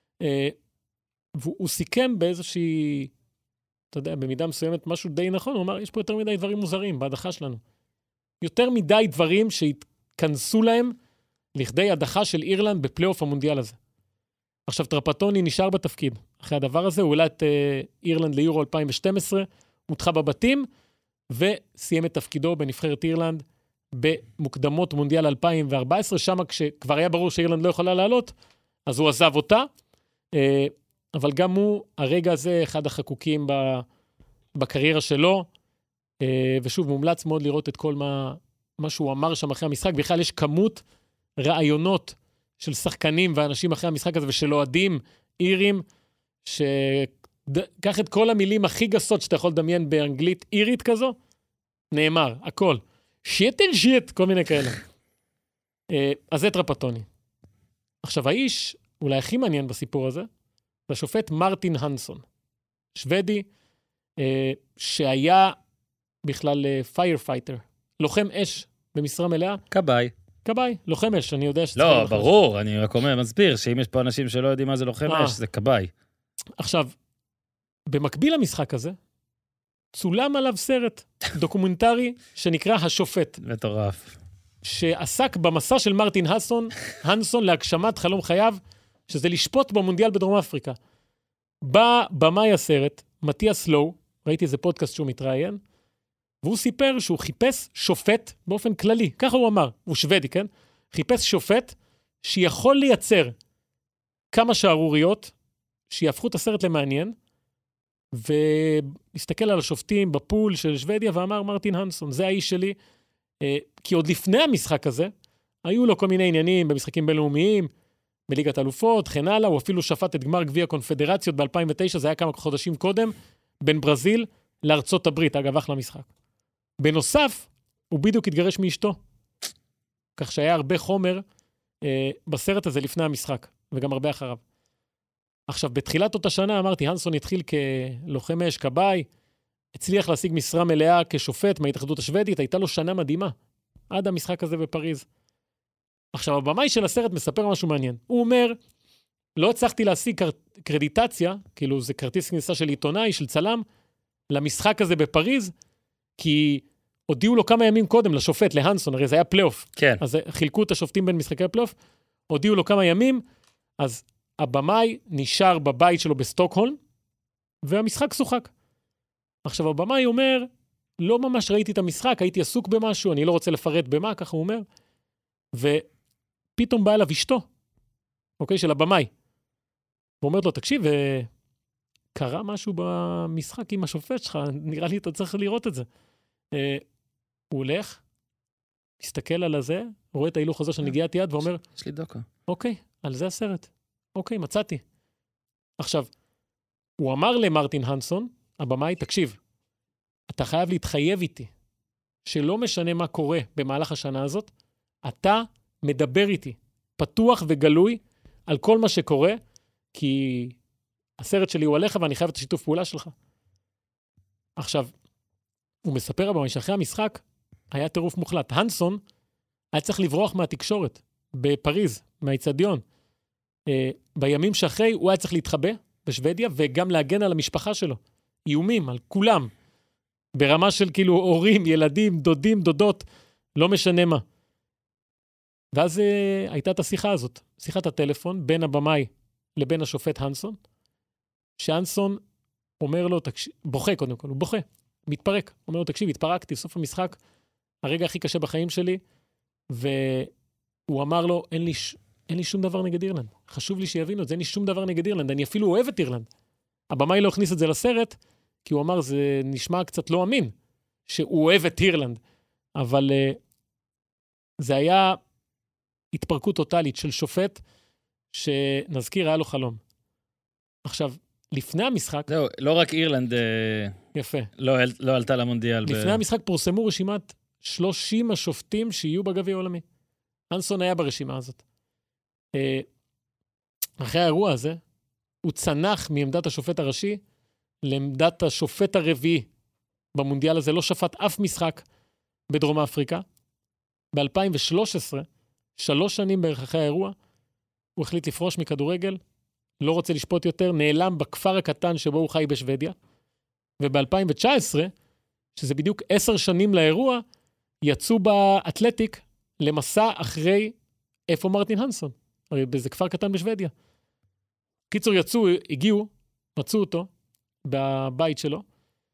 והוא סיכם באיזושהי, אתה יודע, במידה מסוימת משהו די נכון, הוא אמר, יש פה יותר מדי דברים מוזרים בהדחה שלנו. יותר מדי דברים שהתכנסו להם לכדי הדחה של אירלנד בפלייאוף המונדיאל הזה. עכשיו, טרפטוני נשאר בתפקיד. אחרי הדבר הזה, הוא העלה את אירלנד ליורו אלפיים ושתים עשרה, הודחה בבתים, וסיים את תפקידו בנבחרת אירלנד במוקדמות מונדיאל אלפיים וארבע עשרה, שם כשכבר היה ברור שאירלנד לא יכולה לעלות, אז הוא עזב אותה, אבל גם הוא, הרגע הזה, אחד החקוקים בקריירה שלו, ושוב, מומלץ מאוד לראות את כל מה, מה שהוא אמר שם אחרי המשחק. בכלל יש כמות רעיונות של שחקנים ואנשים אחרי המשחק הזה, ושל אוהדים אירים, שקח את כל המילים הכי גסות שאתה יכול לדמיין באנגלית אירית כזו, נאמר, הכל. שיט אין שיט, כל מיני כאלה. אז זה טרפטוני. עכשיו, האיש, אולי הכי מעניין בסיפור הזה, זה השופט מרטין הנסון, שוודי, שהיה בכלל פיירפייטר, לוחם אש במשרה מלאה. קבאי. קבאי, לוחם אש, אני יודע שצריך... לא, ברור, אני רק אומר, מסביר, שאם יש פה אנשים שלא יודעים מה זה לוחם אש, זה קבאי. עכשיו, במקביל למשחק הזה, צולם עליו סרט דוקומנטרי שנקרא השופט. מטורף. שעסק במסע של מרטין הנסון, הנסון להגשמת חלום חייו, שזה לשפוט במונדיאל בדרום אפריקה. בא במאי הסרט, מתיאס לואו, ראיתי איזה פודקאסט שהוא מתראיין, והוא סיפר שהוא חיפש שופט באופן כללי, ככה הוא אמר, הוא שוודי, כן? חיפש שופט שיכול לייצר כמה שערוריות, שיהפכו את הסרט למעניין, והסתכל על השופטים בפול של שוודיה, ואמר מרטין הנסון, זה האיש שלי, כי עוד לפני המשחק הזה, היו לו כל מיני עניינים במשחקים בינלאומיים, בליגת אלופות, כן הלאה, הוא אפילו שפט את גמר גביע הקונפדרציות ב-אלפיים ותשע, זה היה כמה חודשים קודם, בין ברזיל לארצות הברית, אגב, אחלה משחק. בנוסף, הוא בדיוק התגרש מאשתו. כך שהיה הרבה חומר אה, בסרט הזה לפני המשחק, וגם הרבה אחריו. עכשיו, בתחילת אותה שנה, אמרתי, הנסון התחיל כלוחם אש, כבאי, הצליח להשיג משרה מלאה כשופט מההתאחדות השוודית, הייתה לו שנה מדהימה, עד המשחק הזה בפריז. עכשיו, הבמאי של הסרט מספר משהו מעניין. הוא אומר, לא הצלחתי להשיג קר... קרדיטציה, כאילו זה כרטיס כניסה של עיתונאי, של צלם, למשחק הזה בפריז, כי הודיעו לו כמה ימים קודם לשופט, להנסון, הרי זה היה פלייאוף. כן. אז חילקו את השופטים בין משחקי הפלייאוף, הודיעו לו כמה ימים, אז הבמאי נשאר בבית שלו בסטוקהולם, והמשחק שוחק. עכשיו, הבמאי אומר, לא ממש ראיתי את המשחק, הייתי עסוק במשהו, אני לא רוצה לפרט במה, ככה הוא אומר, ופתאום בא אליו אשתו, אוקיי, של הבמאי. הוא אומר לו, תקשיב, קרה משהו במשחק עם השופט שלך, נראה לי אתה צריך לראות את זה. הוא הולך, מסתכל על הזה, רואה את ההילוך הזה של נגיעת יד, ואומר, יש לי דוקה. אוקיי, על זה הסרט. אוקיי, מצאתי. עכשיו, הוא אמר למרטין הנסון, הבמאי, תקשיב, אתה חייב להתחייב איתי, שלא משנה מה קורה במהלך השנה הזאת, אתה מדבר איתי, פתוח וגלוי, על כל מה שקורה, כי הסרט שלי הוא עליך, ואני חייב את השיתוף פעולה שלך. עכשיו, הוא מספר הבמאי שאחרי המשחק, היה טירוף מוחלט. הנסון היה צריך לברוח מהתקשורת, בפריז, מהאיצטדיון. אה, בימים שאחרי, הוא היה צריך להתחבא בשוודיה, וגם להגן על המשפחה שלו. איומים, על כולם. ברמה של כאילו הורים, ילדים, דודים, דודות, לא משנה מה. ואז אה, הייתה את השיחה הזאת, שיחת הטלפון, בין הבמאי לבין השופט הנסון, שהנסון אומר לו, תקש... בוכה קודם כל, הוא בוכה, מתפרק. אומר לו, תקשיב, התפרקתי, סוף המשחק, הרגע הכי קשה בחיים שלי, והוא אמר לו, אין לי, ש... אין לי שום דבר נגד אירלנד. חשוב לי שיבינו את זה, אין לי שום דבר נגד אירלנד, אני אפילו אוהב את אירלנד. הבמאי לא הכניס את זה לסרט, כי הוא אמר, זה נשמע קצת לא אמין, שהוא אוהב את אירלנד. אבל uh, זה היה התפרקות טוטלית של שופט, שנזכיר, היה לו חלום. עכשיו, לפני המשחק... זהו, לא רק אירלנד... יפה. לא, לא עלתה למונדיאל. לפני ב... המשחק פורסמו רשימת שלושים השופטים שיהיו בגביע העולמי. הנסון היה ברשימה הזאת. אחרי האירוע הזה, הוא צנח מעמדת השופט הראשי לעמדת השופט הרביעי במונדיאל הזה, לא שפט אף משחק בדרום אפריקה. ב-אלפיים ושלוש עשרה, שלוש שנים בערך אחרי האירוע, הוא החליט לפרוש מכדורגל, לא רוצה לשפוט יותר, נעלם בכפר הקטן שבו הוא חי בשוודיה, וב-אלפיים תשע עשרה, שזה בדיוק עשר שנים לאירוע, יצאו באתלטיק למסע אחרי איפה מרטין הנסון, הרי באיזה כפר קטן בשוודיה. קיצור יצאו, הגיעו, מצאו אותו בבית שלו,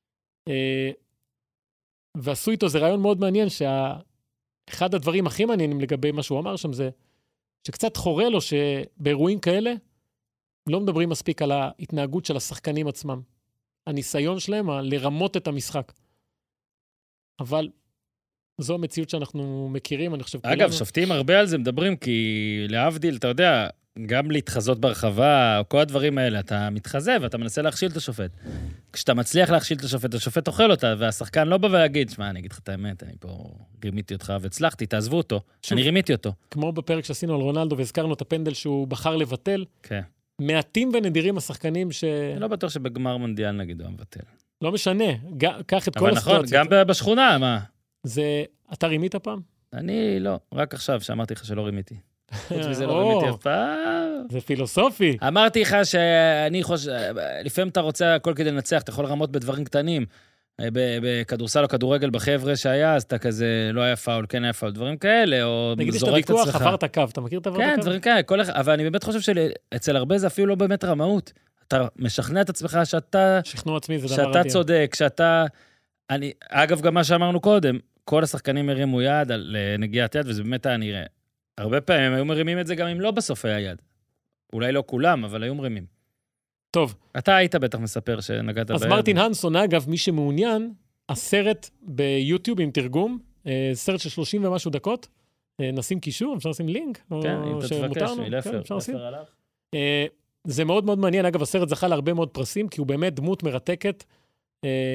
ועשו איתו, זה רעיון מאוד מעניין, שאחד הדברים הכי מעניינים לגבי מה שהוא אמר שם, זה שקצת חורה לו שבאירועים כאלה, לא מדברים מספיק על ההתנהגות של השחקנים עצמם. הניסיון שלהם, לרמות את המשחק. אבל זו המציאות שאנחנו מכירים, אני חושב... אגב, כולנו... שופטים הרבה על זה מדברים, כי להבדיל, אתה יודע, גם להתחזות ברחבה, או כל הדברים האלה, אתה מתחזה ואתה מנסה להכשיל את השופט. כשאתה מצליח להכשיל את השופט, השופט אוכל אותה, והשחקן לא בא ויגיד, שמע, אני אגיד לך את האמת, אני פה רימיתי אותך והצלחתי, תעזבו אותו. שוב, אני רימיתי אותו. כמו בפרק שעשינו על רונלדו, והזכרנו את הפנדל שהוא בחר לבטל. כן. מעטים ונדירים השחקנים ש... אני לא בטוח שבגמר מונדיאל נגיד הוא מבטל. לא משנה, קח את כל הסיטואציות. אבל נכון, גם בשכונה, מה? זה... אתה רימית פעם? אני לא, רק עכשיו שאמרתי לך שלא רימיתי. חוץ מזה לא רימיתי אף פעם. זה פילוסופי. אמרתי לך שאני חושב, לפעמים אתה רוצה הכל כדי לנצח, אתה יכול לרמות בדברים קטנים. בכדורסל או כדורגל בחבר'ה שהיה, אז אתה כזה לא היה פאול, כן היה פאול, דברים כאלה, או זורק את עצמך. נגיד יש את הוויכוח, עברת קו, אתה מכיר את עברת הקו? כן, דברים כאלה, אבל אני באמת חושב שאצל הרבה זה אפילו לא באמת רמאות. אתה משכנע את עצמך שאתה... שכנוע עצמי זה דבר רדיע. שאתה צודק, שאתה... אגב, גם מה שאמרנו קודם, כל השחקנים הרימו יד על נגיעת יד, וזה באמת היה נראה. הרבה פעמים הם היו מרימים את זה גם אם לא בסוף היה יד. אולי לא כולם, אבל היו מרימים. טוב. אתה היית בטח מספר שנגעת ביד. אז מרטין הנסון, אגב, מי שמעוניין, הסרט ביוטיוב עם תרגום, סרט של שלושים ומשהו דקות, נשים קישור, אפשר לשים לינק? כן, אם אתה תבקש, מלפר, לפר עליו. זה מאוד מאוד מעניין, אגב, הסרט זכה להרבה מאוד פרסים, כי הוא באמת דמות מרתקת.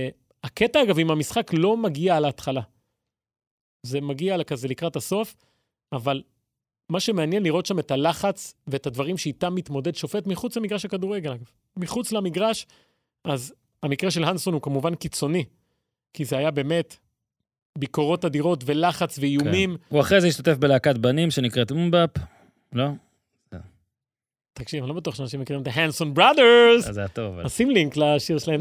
הקטע, אגב, אם המשחק לא מגיע על ההתחלה. זה מגיע כזה לקראת הסוף, אבל מה שמעניין לראות שם את הלחץ ואת הדברים שאיתם מתמודד שופט מחוץ למגרש הכדורגל, אגב. מחוץ למגרש, אז המקרה של הנסון הוא כמובן קיצוני, כי זה היה באמת ביקורות אדירות ולחץ ואיומים. כן. הוא אחרי זה השתתף בלהקת בנים שנקראת מומבאפ, לא? תקשיב, אני לא בטוח שאנשים מכירים את ה-Hanson Brothers. אז זה היה טוב. אבל... נשים לינק לשיר שלהם.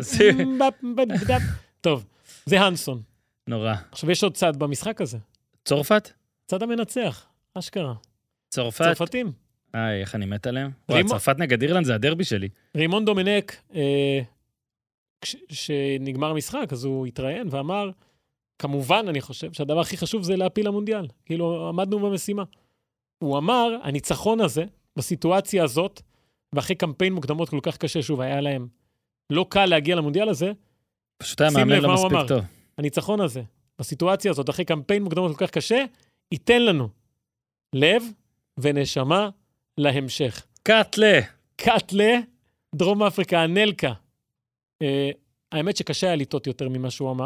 טוב, זה הנסון. נורא. עכשיו יש עוד צד במשחק הזה. צרפת? צד המנצח, אשכרה. צרפת? צרפתים. איי, איך אני מת עליהם. רימון... צרפת נגד אירלנד זה הדרבי שלי. רימון דומנק, אה, כש... שנגמר המשחק, אז הוא התראיין ואמר, כמובן, אני חושב שהדבר הכי חשוב זה להפיל למונדיאל. כאילו, עמדנו במשימה. הוא אמר, הניצחון הזה, בסיטואציה הזאת, ואחרי קמפיין מוקדמות כל כך קשה, שוב, היה להם לא קל להגיע למונדיאל הזה, פשוט היה מאמן לא מספיק טוב. הניצחון הזה, בסיטואציה הזאת, אחרי קמפיין מוקדמות כל כך קשה, ייתן לנו לב ונשמה להמשך. קטלה. קטלה, דרום אפריקה, הנלקה. אה, האמת שקשה היה ליטות יותר ממה שהוא אמר.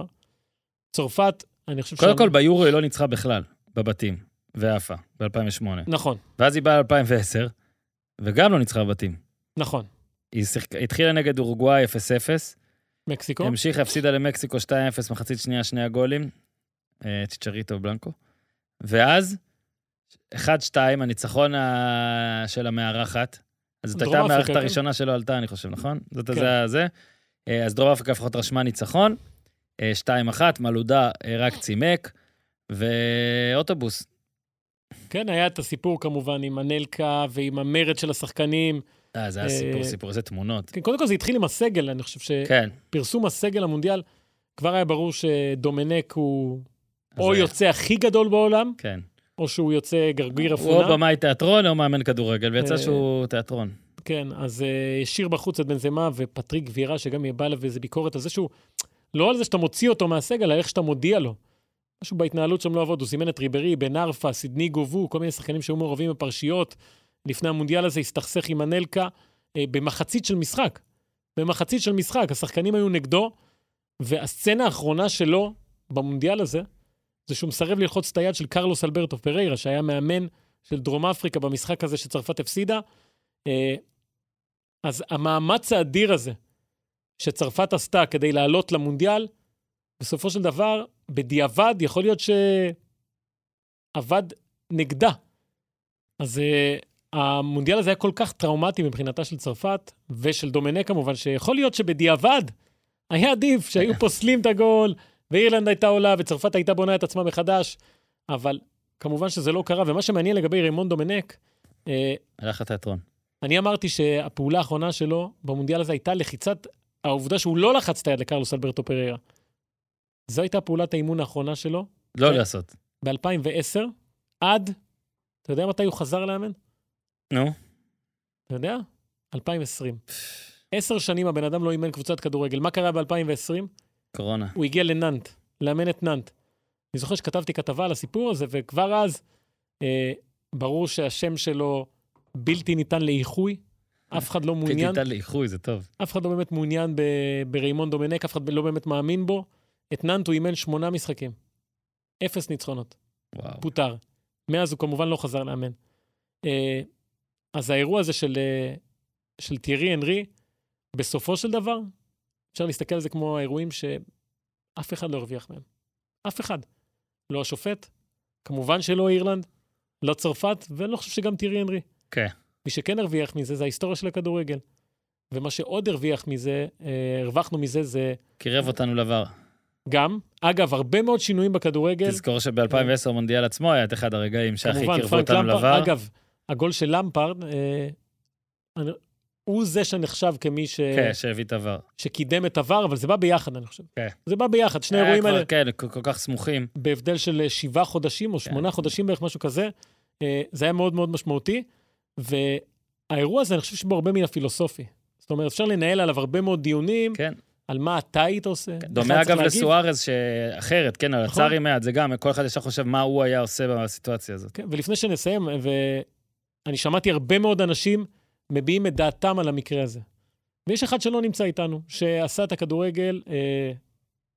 צרפת, אני חושב... קודם כל, ביורו היא לא ניצחה בכלל, בבתים, ואפה, ב-אלפיים ושמונה. נכון. ואז היא באה ב-אלפיים ועשר, וגם לא ניצחה בבתים. נכון. היא התחילה נגד אורוגוואי אפס אפס. מקסיקו. המשיכה, הפסידה למקסיקו שתיים אפס, מחצית שנייה, שני הגולים. צ'יצ'ריטו ובלנקו. ואז, אחד שתיים, הניצחון של המארחת. אז זאת הייתה המארחת הראשונה שלו עלתה, אני חושב, נכון? זאת זה. אז דרום אפריקה לפחות רשמה ניצחון. שתיים אחת, מלודה רק צימק, ואוטובוס. כן, היה את הסיפור כמובן עם הנלקה ועם המרד של השחקנים. אה, זה היה סיפור, סיפור, איזה תמונות. כן, קודם כל זה התחיל עם הסגל, אני חושב שפרסום הסגל המונדיאל, כבר היה ברור שדומנק הוא או יוצא הכי גדול בעולם, כן. או שהוא יוצא גרגיר אפונה. הוא או במאי תיאטרון או מאמן כדורגל, ויצא שהוא תיאטרון. כן, אז השאיר בחוץ את בנזמה ופטריק וירה, שגם יהיה בא לה ואיזה ביקורת על זה שהוא, לא על זה שאתה מוציא אותו מהסגל, אלא איך שאתה מודיע לו. משהו בהתנהלות שם לא עבוד, הוא סימן את ריברי, בנרפה, סידני גובו, כל מיני שחקנים שהיו מעורבים בפרשיות, לפני המונדיאל הזה הסתכסך עם הנלקה, אה, במחצית של משחק. במחצית של משחק, השחקנים היו נגדו, והסצנה האחרונה שלו במונדיאל הזה, זה שהוא מסרב ללחוץ את היד של קרלוס אלברטו פריירה, שהיה מאמן של דרום אפריקה במשחק הזה שצרפת הפסידה. אה, אז המאמץ האדיר הזה, שצרפת עשתה כדי לעלות למונדיאל, בסופו של דבר, בדיעבד, יכול להיות שעבד נגדה. אז uh, המונדיאל הזה היה כל כך טראומטי מבחינתה של צרפת, ושל דומנק כמובן, שיכול להיות שבדיעבד היה עדיף שהיו פוסלים את הגול, ואירלנד הייתה עולה, וצרפת הייתה בונה את עצמה מחדש, אבל כמובן שזה לא קרה, ומה שמעניין לגבי רימון דומנק, uh, הלך לתיאטרון. אני אמרתי שהפעולה האחרונה שלו במונדיאל הזה הייתה לחיצת העובדה שהוא לא לחץ את היד לקרלוס אלברטו פריירה. זו הייתה פעולת האימון האחרונה שלו. לא לעשות. ב-אלפיים ועשר, עד, אתה יודע מתי הוא חזר לאמן? נו. אתה יודע? אלפיים ועשרים. עשר שנים הבן אדם לא אימן קבוצת כדורגל. מה קרה ב-אלפיים ועשרים? קורונה. הוא הגיע לננט, לאמן את ננט. אני זוכר שכתבתי כתבה על הסיפור הזה, וכבר אז אה, ברור שהשם שלו בלתי ניתן לאיחוי. אף אחד לא מעוניין. בלתי ניתן לאיחוי, זה טוב. אף אחד לא באמת מעוניין ב- בריימון דומנק, אף אחד לא באמת מאמין בו. את ננט הוא אימן שמונה משחקים. אפס ניצחונות. וואו. פוטר. מאז הוא כמובן לא חזר לאמן. אז האירוע הזה של, של תיארי אנרי, בסופו של דבר, אפשר להסתכל על זה כמו האירועים שאף אחד לא הרוויח מהם. אף אחד. לא השופט, כמובן שלא אירלנד, לא צרפת, ואני לא חושב שגם תיארי אנרי. כן. מי שכן הרוויח מזה, זה ההיסטוריה של הכדורגל. ומה שעוד הרוויח מזה, הרווחנו מזה, זה... קירב אותנו לבר. גם. אגב, הרבה מאוד שינויים בכדורגל. תזכור שב-אלפיים ועשר מונדיאל עצמו היה את אחד הרגעים שהכי קירבו אותנו למפרד, לבר. אגב, הגול של למפרד, אה, אני, הוא זה שנחשב כמי ש... כן, שהביא את הבר. שקידם את הבר, אבל זה בא ביחד, אני חושב. כן. זה בא ביחד, שני אירועים האלה. כן, כל, כל כך סמוכים. בהבדל של שבעה חודשים או שמונה כן. חודשים בערך, משהו כזה. אה, זה היה מאוד מאוד משמעותי. והאירוע הזה, אני חושב שבו הרבה מן הפילוסופי. זאת אומרת, אפשר לנהל עליו הרבה מאוד דיונים. כן. על מה אתה היית עושה. דומה אגב לסוארז שאחרת, כן, על הצארי מעט, זה גם, כל אחד ישר חושב מה הוא היה עושה בסיטואציה הזאת. כן, ולפני שנסיים, ואני שמעתי הרבה מאוד אנשים מביעים את דעתם על המקרה הזה. ויש אחד שלא נמצא איתנו, שעשה את הכדורגל,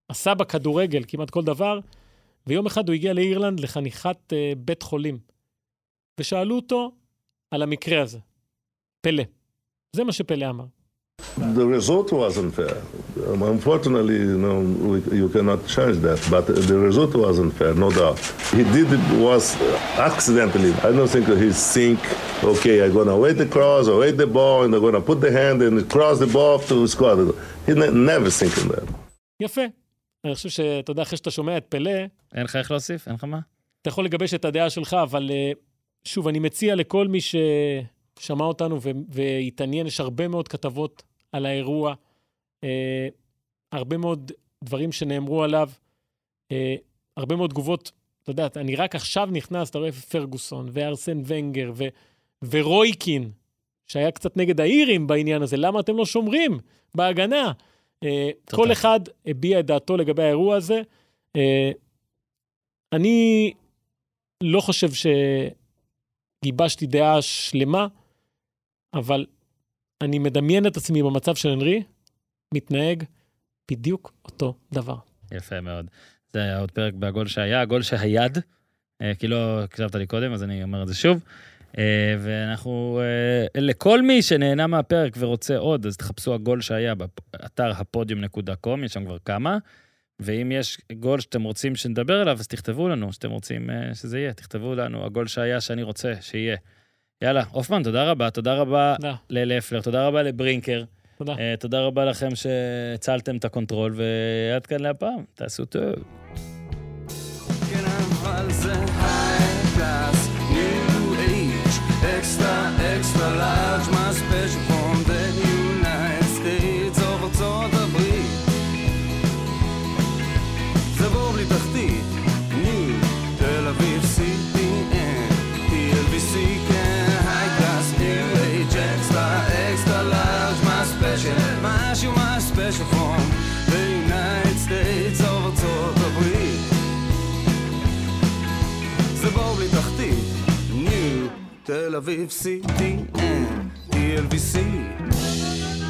עשה בכדורגל כמעט כל דבר, ויום אחד הוא הגיע לאירלנד לחניכת uh, בית חולים. ושאלו אותו על המקרה הזה. פלא. זה מה שפלא אמר. The result wasn't fair. Um, unfortunately, you know, we, you cannot change that, but the result wasn't fair, no doubt. He did it was accidentally. I don't think he think, okay, I'm going to wait the cross or wait the ball, and I'm going to put the hand and cross the ball to score. He ne- never thinking that. יפה. אני חושב שאתה יודע, אחרי שאתה שומע את פלא, אין לך איך להוסיף? אין לך מה? אתה יכול לגבש את הדעה שלך, אבל שוב, אני מציע לכל מי ששמע אותנו ו- והתעניין, יש הרבה מאוד כתבות על האירוע, אה, הרבה מאוד דברים שנאמרו עליו, אה, הרבה מאוד תגובות, אתה יודע, אני רק עכשיו נכנס, אתה רואה פרגוסון וארסן ונגר ו- ורויקין, שהיה קצת נגד האירים בעניין הזה, למה אתם לא שומרים בהגנה? אה, כל אחד הביע את דעתו לגבי האירוע הזה. אה, אני לא חושב שגיבשתי דעה שלמה, אבל אני מדמיין את עצמי במצב של הנרי, מתנהג בדיוק אותו דבר. יפה מאוד. זה היה עוד פרק בגול שהיה, הגול שהיד, כי לא הקשבת לי קודם, אז אני אומר את זה שוב. ואנחנו, לכל מי שנהנה מהפרק ורוצה עוד, אז תחפשו הגול שהיה באתר הפודיום נקודה קום, יש שם כבר כמה, ואם יש גול שאתם רוצים שנדבר עליו, אז תכתבו לנו, שאתם רוצים שזה יהיה, תכתבו לנו, הגול שהיה שאני רוצה שיהיה. יאללה, אופמן, תודה רבה, תודה רבה ללפלר, תודה רבה לברינקר, תודה. תודה רבה לכם שהצלתם את הקונטרול, ועד כאן להפעם, תעשו טוב. Extra, extra large, my special from the United States of ארצות הברית. זה בור בלי תחתית, ניו, תל אביב, סי טי אן, טי אל וי סי, כן, high class, new age, extra, extra large, my special, משהו, my special from the United States of ארצות הברית. זה בור בלי תחתית, ניו, תל אביב, סי טי אן, טי אל וי סי.